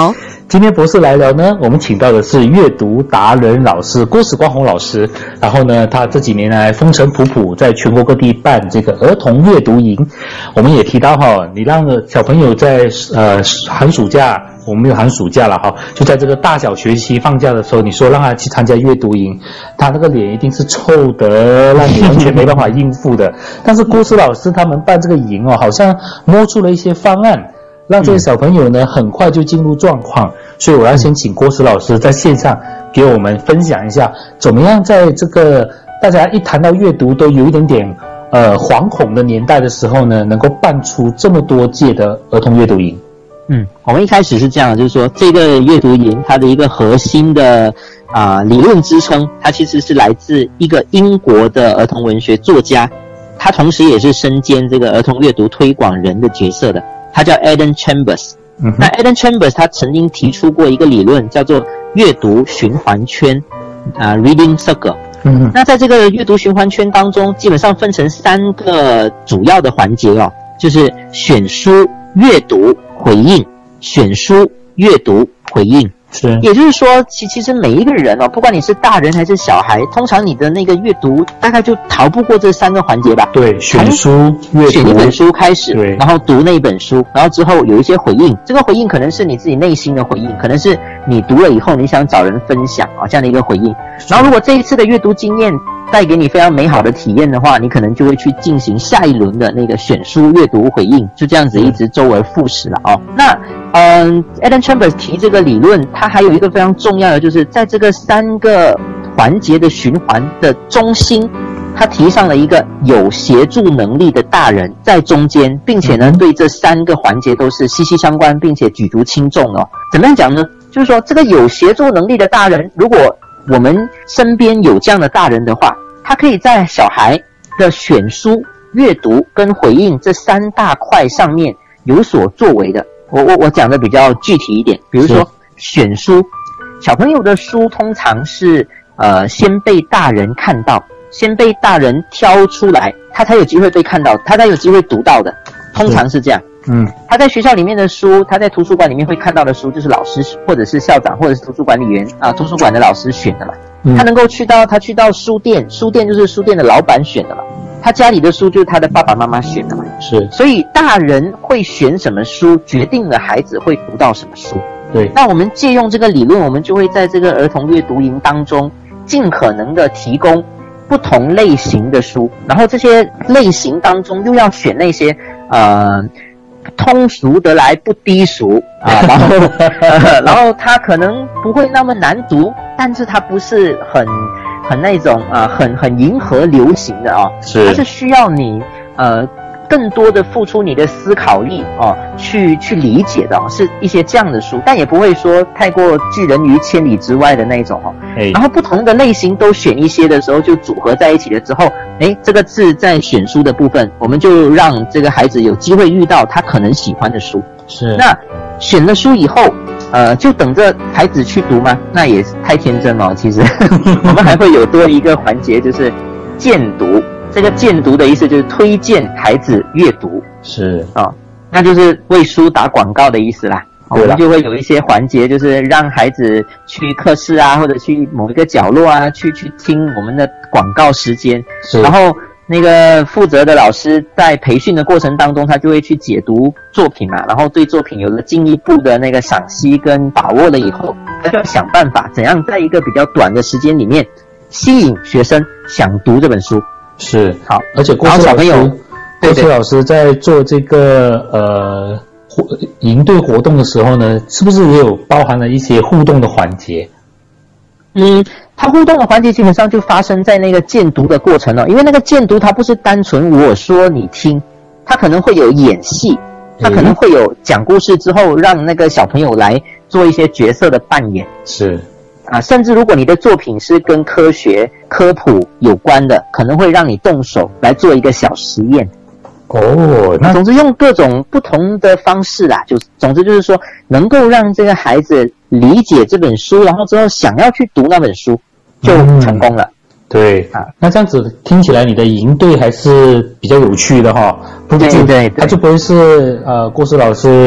今天博士来聊呢，我们请到的是阅读达人老师郭时光宏老师。然后呢，他这几年来风尘仆仆，在全国各地办这个儿童阅读营。我们也提到你让小朋友在寒暑假，我们没有寒暑假了就在这个大小学期放假的时候，你说让他去参加阅读营，他那个脸一定是臭的，让你完全没办法应付的。但是郭时老师他们办这个营好像摸出了一些方案，让这些小朋友呢很快就进入状况。所以我要先请郭时老师在线上给我们分享一下，怎么样在这个大家一谈到阅读都有一点点惶恐的年代的时候呢，能够办出这么多届的儿童阅读营。 我们一开始是这样的，就是说这个阅读营它的一个核心的理论支撑，它其实是来自一个英国的儿童文学作家，他同时也是身兼这个儿童阅读推广人的角色的，他叫 Adam Chambers。那 Adam Chambers 他曾经提出过一个理论，叫做阅读循环圈，Reading Circle。那在这个阅读循环圈当中，基本上分成3个主要的环节就是选书、阅读、回应。选书、阅读、回应。 是， 也就是说，其实每一个人不管你是大人还是小孩，通常你的那个阅读大概就逃不过这3个环节吧。 对，选书、阅读， 选一本书开始， 对， 然后读那本书，然后之后有一些回应。这个回应可能是你自己内心的回应，可能是你读了以后你想找人分享这样的一个回应。然后如果这一次的阅读经验带给你非常美好的体验的话，你可能就会去进行下一轮的那个选书、阅读、回应，就这样子一直周而复始了那Adam Chambers 提这个理论，它还有一个非常重要的，就是在这个3个环节的循环的中心，他提上了一个有协助能力的大人在中间，并且呢对这3个环节都是息息相关，并且举足轻重的怎么样讲呢？就是说这个有协助能力的大人，如果我们身边有这样的大人的话，他可以在小孩的选书、阅读跟回应这3大块上面有所作为的。我讲的比较具体一点，比如说选书，小朋友的书通常是先被大人看到，先被大人挑出来，他才有机会被看到，他才有机会读到的，通常是这样。他在学校里面的书，他在图书馆里面会看到的书，就是老师或者是校长或者是图书管理员图书馆的老师选的嘛。他能够去到书店，书店就是书店的老板选的嘛。他家里的书就是他的爸爸妈妈选的嘛。 是， 所以大人会选什么书，决定了孩子会读到什么书。 对， 那我们借用这个理论，我们就会在这个儿童阅读营当中，尽可能的提供不同类型的书，然后这些类型当中又要选那些通俗得来不低俗然后它可能不会那么难读，但是它不是很那种很迎合流行的是， 它是需要你更多的付出你的思考力去理解的是一些这样的书，但也不会说太过拒人于千里之外的那种然后不同的类型都选一些的时候，就组合在一起了之后，这个字在选书的部分，我们就让这个孩子有机会遇到他可能喜欢的书。 是， 那选了书以后就等着孩子去读吗？那也太天真了。其实我们还会有多一个环节，就是荐读。这个荐读的意思就是推荐孩子阅读， 是那就是为书打广告的意思啦。我们就会有一些环节，就是让孩子去课室或者去某一个角落去听我们的广告时间，然后那个负责的老师在培训的过程当中，他就会去解读作品嘛，然后对作品有了进一步的那个赏析跟把握了以后，他就要想办法怎样在一个比较短的时间里面吸引学生想读这本书。 是， 好， 而且郭时老师在做这个营队活动的时候呢，是不是也有包含了一些互动的环节？ 它互动的环节基本上就发生在那个荐读的过程了，因为那个荐读它不是单纯我说你听，它可能会有演戏，它可能会有讲故事之后让那个小朋友来做一些角色的扮演。 是。 甚至如果你的作品是跟科学科普有关的，可能会让你动手来做一个小实验。总之用各种不同的方式啦，总之就是说能够让这个孩子理解这本书，然后之后想要去读那本书，就成功了。 对那这样子听起来你的营队还是比较有趣的对，他就不会是郭时老师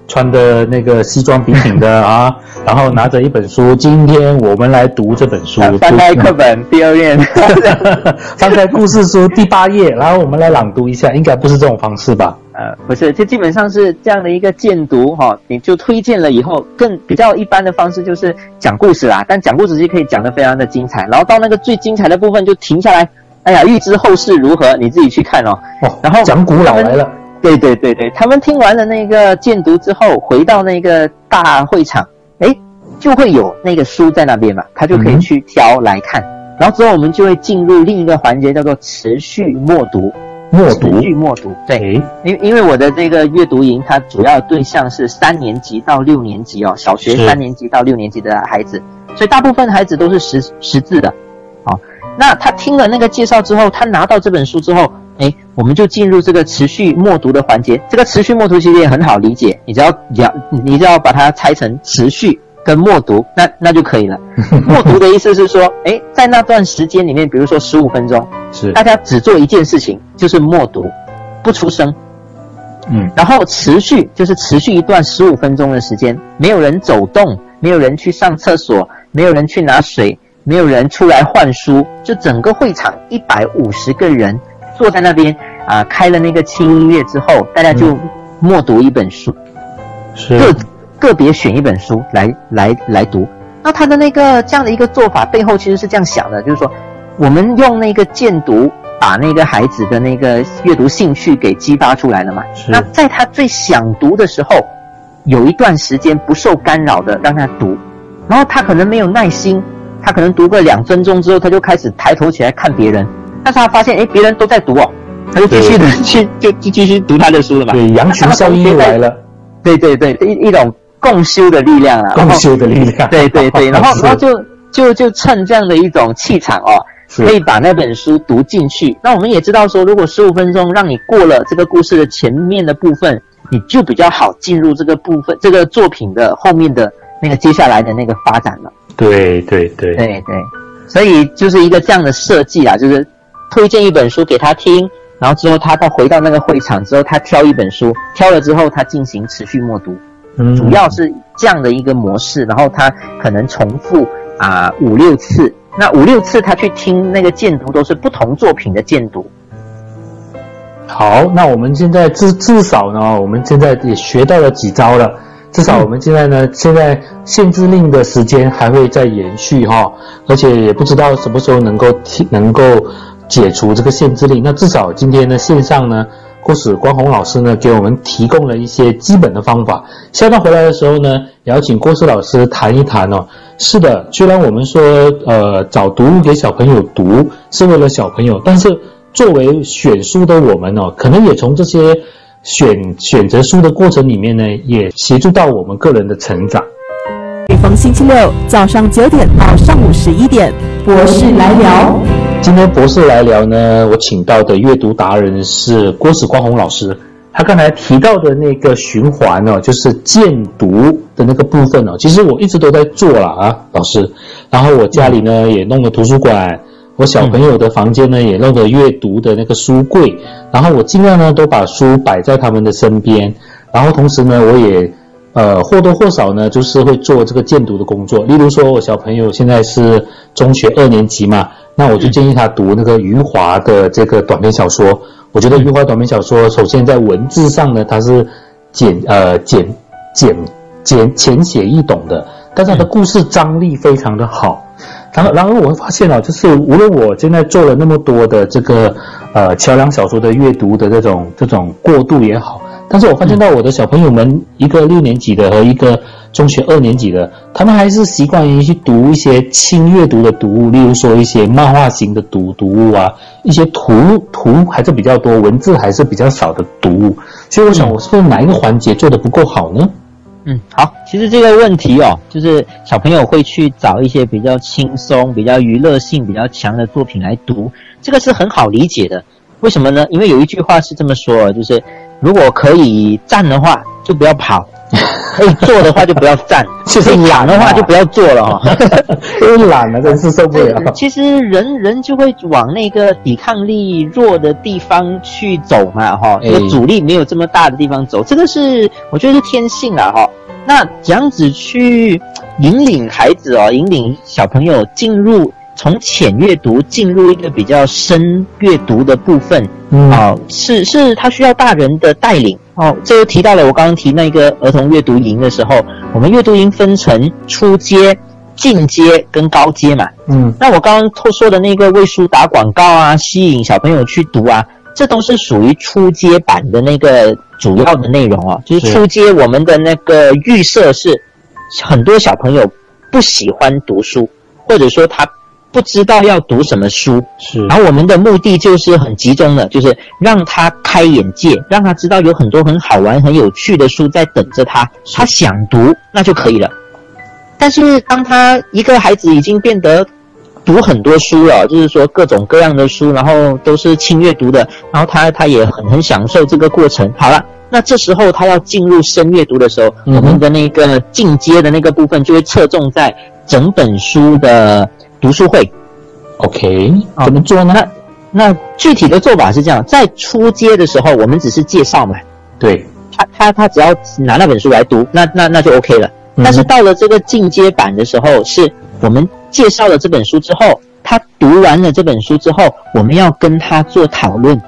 穿的那个西装笔挺的啊，然后拿着一本书，今天我们来读这本书， 翻开课本第2页， 翻开故事书第8页，然后我们来朗读一下，应该不是这种方式吧？ 不是，这基本上是这样的一个荐读哈，你就推荐了以后，更比较一般的方式就是讲故事啦，但讲故事就可以讲得非常的精彩，然后到那个最精彩的部分就停下来，哎呀，预知后事如何，你自己去看哦。然后讲古老来了。 对，他们听完了那个荐读之后，回到那个大会场，就会有那个书在那边嘛，他就可以去挑来看，然后之后我们就会进入另一个环节，叫做持续默读。持续默读，对，因为我的这个阅读营，它主要对象是3年级到6年级哦，小学3年级到6年级的孩子，所以大部分孩子都是识字的，那他听了那个介绍之后，他拿到这本书之后，我们就进入这个持续默读的环节。这个持续默读其实也很好理解，你只要把它拆成持续跟默读，那就可以了。默读的意思是说，在那段时间里面，比如说15分钟，大家只做一件事情，就是默读，不出声。然后持续就是持续一段15分钟的时间，没有人走动，没有人去上厕所，没有人去拿水，没有人出来换书，就整个会场150个人坐在那边开了那个轻音乐之后，大家就默读一本书，个别选一本书来读。那他的那个这样的一个做法背后其实是这样想的，就是说我们用那个荐读把那个孩子的那个阅读兴趣给激发出来了嘛。那在他最想读的时候，有一段时间不受干扰的让他读，然后他可能没有耐心，他可能读个2分钟之后，他就开始抬头起来看别人，但是他发现别人都在读哦，他就继续读他的书了嘛。 对，羊群效应又来了。 对，一种共修的力量啊， 共修的力量。 对，然后就趁这样的一种气场哦，可以把那本书读进去。那我们也知道说，如果15分钟让你过了这个故事的前面的部分，你就比较好进入这个部分，这个作品的后面的那个接下来的那个发展了。对，所以就是一个这样的设计啊，就是推荐一本书给他听，然后之后他回到那个会场之后，他挑一本书，挑了之后他进行持续默读，主要是这样的一个模式，然后他可能重复5-6次，那5-6次他去听那个荐读都是不同作品的荐读。 好，那我们现在至少呢，我们现在也学到了几招了。至少我们现在呢，现在限制令的时间还会再延续哈，而且也不知道什么时候能够解除这个限制令。那至少今天呢，线上呢，郭史光宏老师呢给我们提供了一些基本的方法。下段回来的时候呢，也要请郭史老师谈一谈哦。是的，虽然我们说找读物给小朋友读是为了小朋友，但是作为选书的我们哦，可能也从这些选择书的过程里面呢，也协助到我们个人的成长。 每逢星期六早上9点到上午11点，博士来聊。 今天博士来聊呢，我请到的阅读达人是郭史光宏老师。他刚才提到的那个循环哦，就是荐读的那个部分哦，其实我一直都在做了老师。然后我家里呢也弄了图书馆，我小朋友的房间呢也弄了阅读的那个书柜，然后我尽量呢都把书摆在他们的身边，然后同时呢我也或多或少呢就是会做这个荐读的工作。例如说我小朋友现在是中学2年级嘛，那我就建议他读那个余华的这个短篇小说。我觉得余华短篇小说首先在文字上呢它是浅显易懂的，但是它的故事张力非常的好。然后我会发现就是无论我现在做了那么多的这个桥梁小说的阅读的这种过渡也好，但是我发现到我的小朋友们，一个6年级的和一个中学2年级的，他们还是习惯于去读一些轻阅读的读物，例如说一些漫画型的读物啊，一些图还是比较多，文字还是比较少的读物。所以我想我是不是哪一个环节做得不够好呢？ 好，其实这个问题就是小朋友会去找一些比较轻松、比较娱乐性比较强的作品来读，这个是很好理解的。为什么呢？因为有一句话是这么说，就是如果可以站的话，就不要跑； 可以坐的话就不要站，可以懒的话就不要坐了哈。 因为懒了，真是受不了。 其实人就会往那个抵抗力弱的地方去走嘛哈，这个阻力没有这么大的地方走，这个是我觉得是天性啦哈。那这样子去引领孩子哦，引领小朋友进入从浅阅读进入一个比较深阅读的部分，是他需要大人的带领哦。这又提到了我刚刚提那个儿童阅读营的时候，我们阅读营分成初阶、进阶跟高阶嘛。那我刚刚说的那个为书打广告啊，吸引小朋友去读啊，这都是属于初阶版的那个主要的内容哦。就是初阶我们的那个预设是很多小朋友不喜欢读书，或者说他不知道要读什么书，然后我们的目的就是很集中的，就是让他开眼界，让他知道有很多很好玩很有趣的书在等着他，他想读那就可以了。但是当他一个孩子已经变得读很多书了，就是说各种各样的书，然后都是轻阅读的，然后他也很享受这个过程。好了，那这时候他要进入深阅读的时候，我们的那个进阶的那个部分就会侧重在整本书的读书会。 OK， 怎么做呢？ 那具体的做法是这样，在初阶的时候我们只是介绍嘛， 对， 他只要拿那本书来读，那就 OK 了。但是到了这个进阶版的时候，是我们介绍了这本书之后，他读完了这本书之后，我们要跟他做讨论。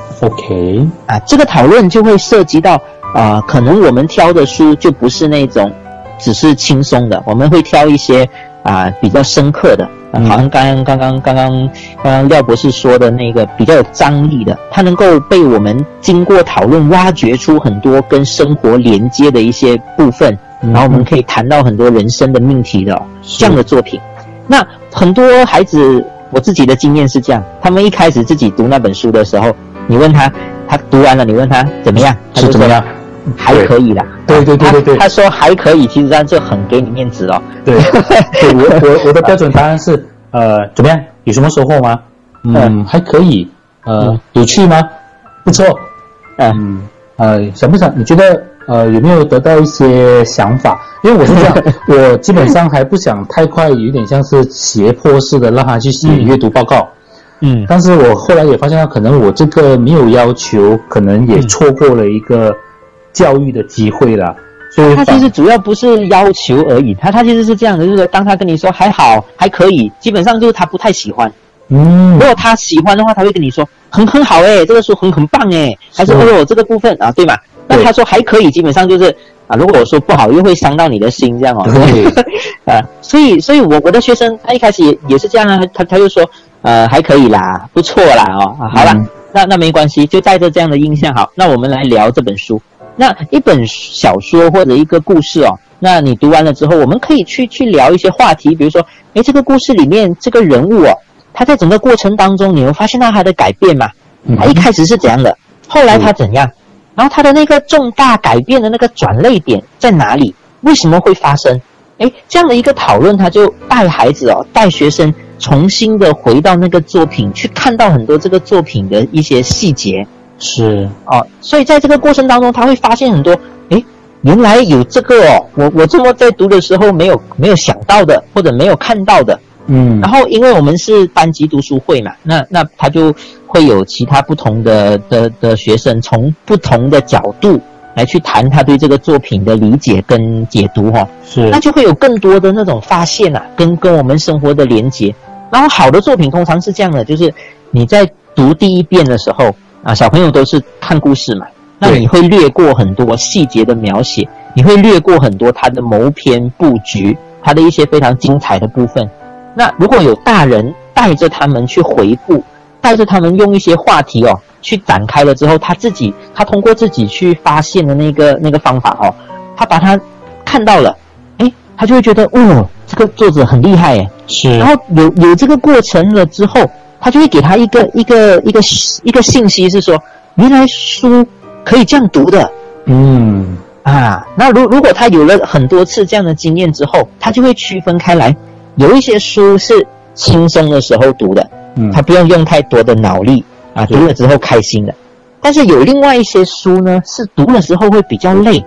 OK， 这个讨论就会涉及到可能我们挑的书就不是那种只是轻松的，我们会挑一些比较深刻的，好像刚刚廖博士说的那个比较有张力的，它能够被我们经过讨论挖掘出很多跟生活连接的一些部分，然后我们可以谈到很多人生的命题的这样的作品。那很多孩子，我自己的经验是这样，他们一开始自己读那本书的时候，你问他读完了，你问他怎么样，他就说怎么样， 还可以啦。 对， 他说还可以，其实他就很给你面子哦。 对，我的标准答案是怎么样？有什么收获吗？还可以。有趣吗？不错。想不想？你觉得有没有得到一些想法？因为我是这样，我基本上还不想太快，有点像是胁迫式的让他去写阅读报告。但是我后来也发现，可能我这个没有要求，可能也错过了一个教育的机会了。所以他其实主要不是要求而已，他其实是这样的，就是当他跟你说还好还可以，基本上就是他不太喜欢。如果他喜欢的话，他会跟你说很好这个书很棒还是这个部分对吧？那他说还可以，基本上就是如果我说不好，又会伤到你的心这样对。所以我的学生他一开始也是这样他就说还可以啦，不错啦好啦，那没关系，就带着这样的印象好。那我们来聊这本书。那一本小说或者一个故事那你读完了之后，我们可以去聊一些话题，比如说这个故事里面这个人物他在整个过程当中，你会发现到他的改变嘛？他一开始是怎样的，后来他怎样，然后他的那个重大改变的那个转捩点在哪里？为什么会发生？这样的一个讨论，他就带孩子带学生重新的回到那个作品，去看到很多这个作品的一些细节。 是所以在这个过程当中，他会发现很多，原来有这个我这么在读的时候没有想到的，或者没有看到的。然后因为我们是班级读书会嘛，那他就会有其他不同的学生从不同的角度来去谈他对这个作品的理解跟解读是， 那就会有更多的那种发现跟我们生活的连结。然后好的作品通常是这样的，就是你在读第一遍的时候小朋友都是看故事嘛，那你会略过很多细节的描写，你会略过很多他的谋篇布局，他的一些非常精彩的部分。那如果有大人带着他们去回顾，带着他们用一些话题去展开了之后，他通过自己去发现的那个方法他把它看到了，他就会觉得这个作者很厉害是。 然后有这个过程了之后，他就会给他一个信息，是说原来书可以这样读的。那如果他有了很多次这样的经验之后，他就会区分开来，有一些书是轻松的时候读的，他不用太多的脑力读了之后开心的。但是有另外一些书呢，是读的时候会比较累，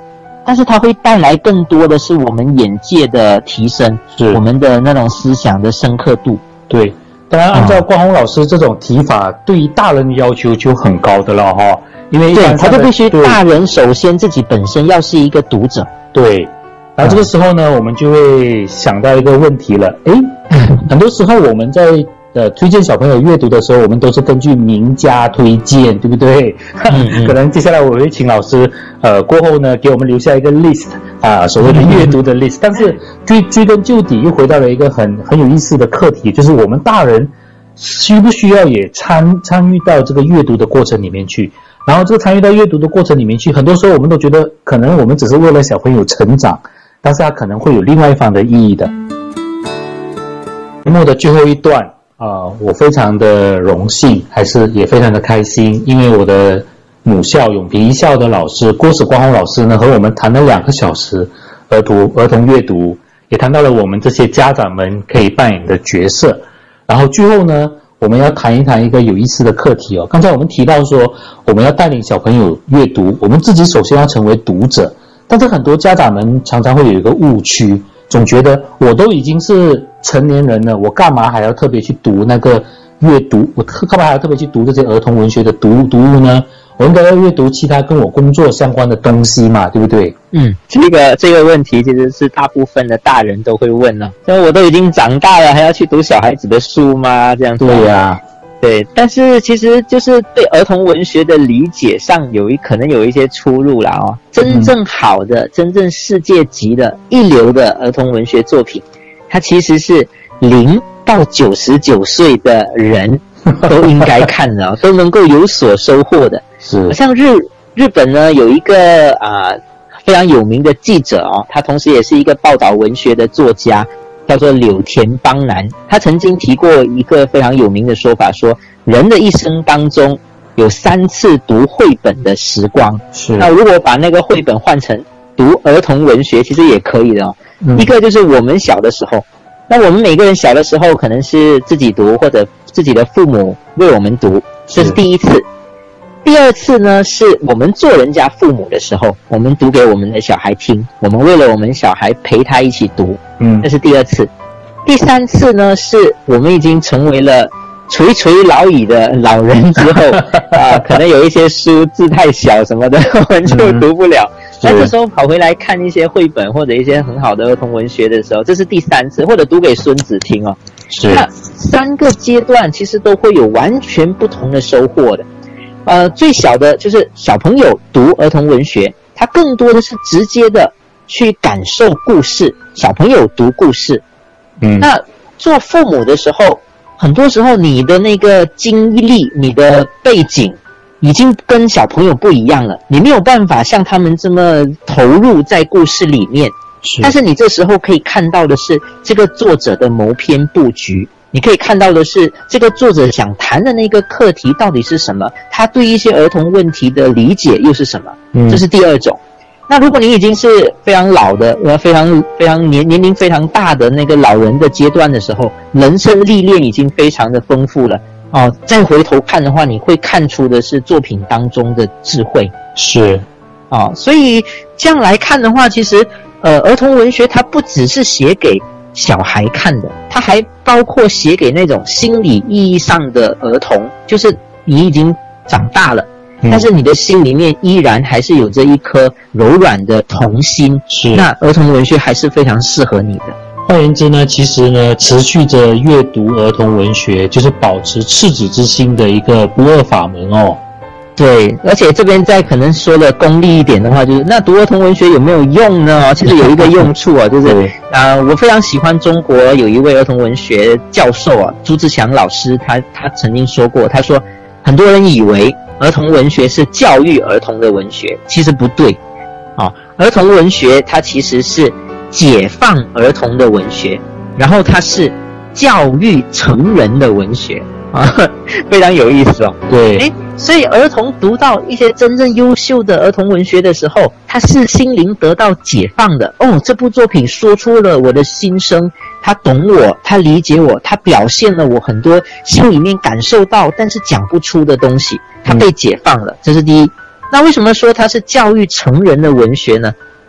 但是它会带来更多的是我们眼界的提升， 是我们的那种思想的深刻度。 对，当然按照光宏老师这种提法，对于大人的要求就很高的了哈，因为对，他就必须大人首先自己本身要是一个读者。 对，然后这个时候呢，我们就会想到一个问题了，很多时候我们在推荐小朋友阅读的时候，我们都是根据名家推荐，对不对？可能接下来我会请老师过后呢给我们留下一个 list 所谓的阅读的 list，但是追根究底又回到了一个很有意思的课题，就是我们大人需不需要也参与到这个阅读的过程里面去？然后这个参与到阅读的过程里面去，很多时候我们都觉得可能我们只是为了小朋友成长，但是它可能会有另外一方的意义的。节目的最后一段我非常的荣幸，也非常的开心，因为我的母校永平一校的老师郭史光宏老师呢，和我们谈了2个小时儿童阅读，也谈到了我们这些家长们可以扮演的角色。然后最后呢，我们要谈一谈一个有意思的课题刚才我们提到说，我们要带领小朋友阅读，我们自己首先要成为读者，但是很多家长们常常会有一个误区，总觉得我都已经是成年人了，我干嘛还要特别去读那个阅读？我干嘛还要特别去读这些儿童文学的读物呢？我应该要阅读其他跟我工作相关的东西嘛，对不对？ 这个问题其实是大部分的大人都会问了，所以我都已经长大了，还要去读小孩子的书吗？这样子。 对呀。 对，但是其实就是对儿童文学的理解上可能有一些出入啦真正好的、真正世界级的一流的儿童文学作品，它其实是0到99岁的人都应该看的都能够有所收获的。 是。 像日本呢，有一个非常有名的记者他同时也是一个报道文学的作家，叫做柳田邦男。他曾经提过一个非常有名的说法，说人的一生当中有3次读绘本的时光。 是。那如果把那个绘本换成读儿童文学，其实也可以的一个就是我们小的时候，那我们每个人小的时候可能是自己读，或者自己的父母为我们读，这是第一次。第二次呢，是我们做人家父母的时候，我们读给我们的小孩听，我们为了我们小孩陪他一起读，这是第二次。第3次呢，是我们已经成为了垂垂老矣的老人之后可能有一些书字太小什么的，我们就读不了。那这时候跑回来看一些绘本或者一些很好的儿童文学的时候，这是第3次，或者读给孙子听是。 那3个阶段其实都会有完全不同的收获的。最小的就是小朋友读儿童文学，他更多的是直接的去感受故事，小朋友读故事。那做父母的时候，很多时候你的那个经历、你的背景已经跟小朋友不一样了，你没有办法像他们这么投入在故事里面。但是你这时候可以看到的是这个作者的谋篇布局，你可以看到的是这个作者想谈的那个课题到底是什么，他对一些儿童问题的理解又是什么。这是第2种。那如果你已经是非常老的非常年龄非常大的那个老人的阶段的时候，人生历练已经非常的丰富了再回头看的话，你会看出的是作品当中的智慧。 是所以这样来看的话，其实儿童文学它不只是写给小孩看的，它还包括写给那种心理意义上的儿童，就是你已经长大了，但是你的心里面依然还是有着一颗柔软的童心，那儿童文学还是非常适合你的。 换言之呢，其实呢，持续着阅读儿童文学，就是保持赤子之心的一个不二法门对，而且这边再可能说的功利一点的话，就是那读儿童文学有没有用呢？其实有一个用处就是我非常喜欢中国有一位儿童文学教授朱自强老师，他曾经说过，他说很多人以为儿童文学是教育儿童的文学，其实不对儿童文学它其实是解放儿童的文学，然后它是教育成人的文学非常有意思对， 所以儿童读到一些真正优秀的儿童文学的时候，他是心灵得到解放的这部作品说出了我的心声，他懂我，他理解我，他表现了我很多心里面感受到但是讲不出的东西，他被解放了，这是第一。那为什么说它是教育成人的文学呢？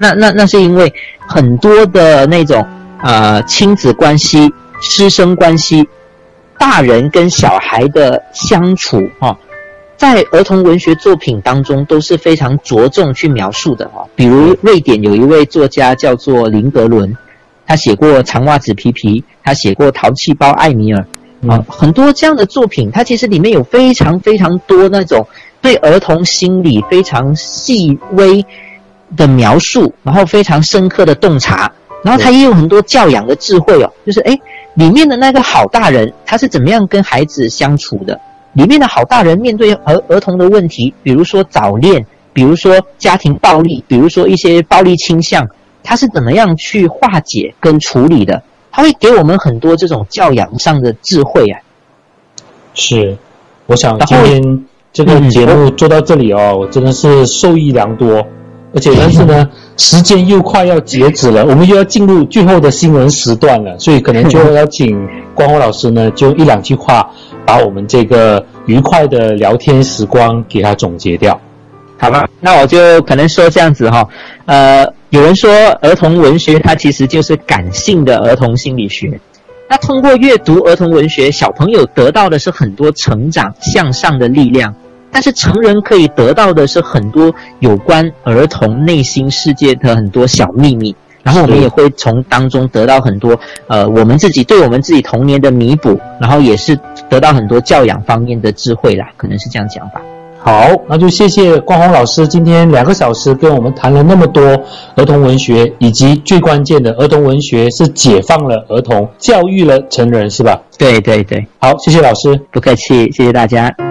那是因为很多的那种亲子关系、师生关系、大人跟小孩的相处在儿童文学作品当中都是非常着重去描述的比如瑞典有一位作家叫做林格伦，他写过《长袜子皮皮》，他写过《淘气包艾米尔》很多这样的作品，它其实里面有非常非常多那种对儿童心理非常细微的描述，然后非常深刻的洞察，然后他也有很多教养的智慧就是里面的那个好大人他是怎么样跟孩子相处的，里面的好大人面对儿童的问题，比如说早恋，比如说家庭暴力，比如说一些暴力倾向，他是怎么样去化解跟处理的，他会给我们很多这种教养上的智慧是，我想今天这个节目做到这里我真的是受益良多，而且但是呢时间又快要截止了，我们又要进入最后的新闻时段了，所以可能就要请光宏老师呢就1-2句话把我们这个愉快的聊天时光给它总结掉。 好吧，那我就可能说这样子有人说儿童文学它其实就是感性的儿童心理学，那通过阅读儿童文学，小朋友得到的是很多成长向上的力量，但是成人可以得到的是很多有关儿童内心世界的很多小秘密，然后我们也会从当中得到很多我们自己对我们自己童年的弥补，然后也是得到很多教养方面的智慧啦，可能是这样讲吧。 好，那就谢谢光宏老师今天2个小时跟我们谈了那么多儿童文学，以及最关键的儿童文学是解放了儿童，教育了成人，是吧？ 对对对。 好，谢谢老师。 不客气，谢谢大家。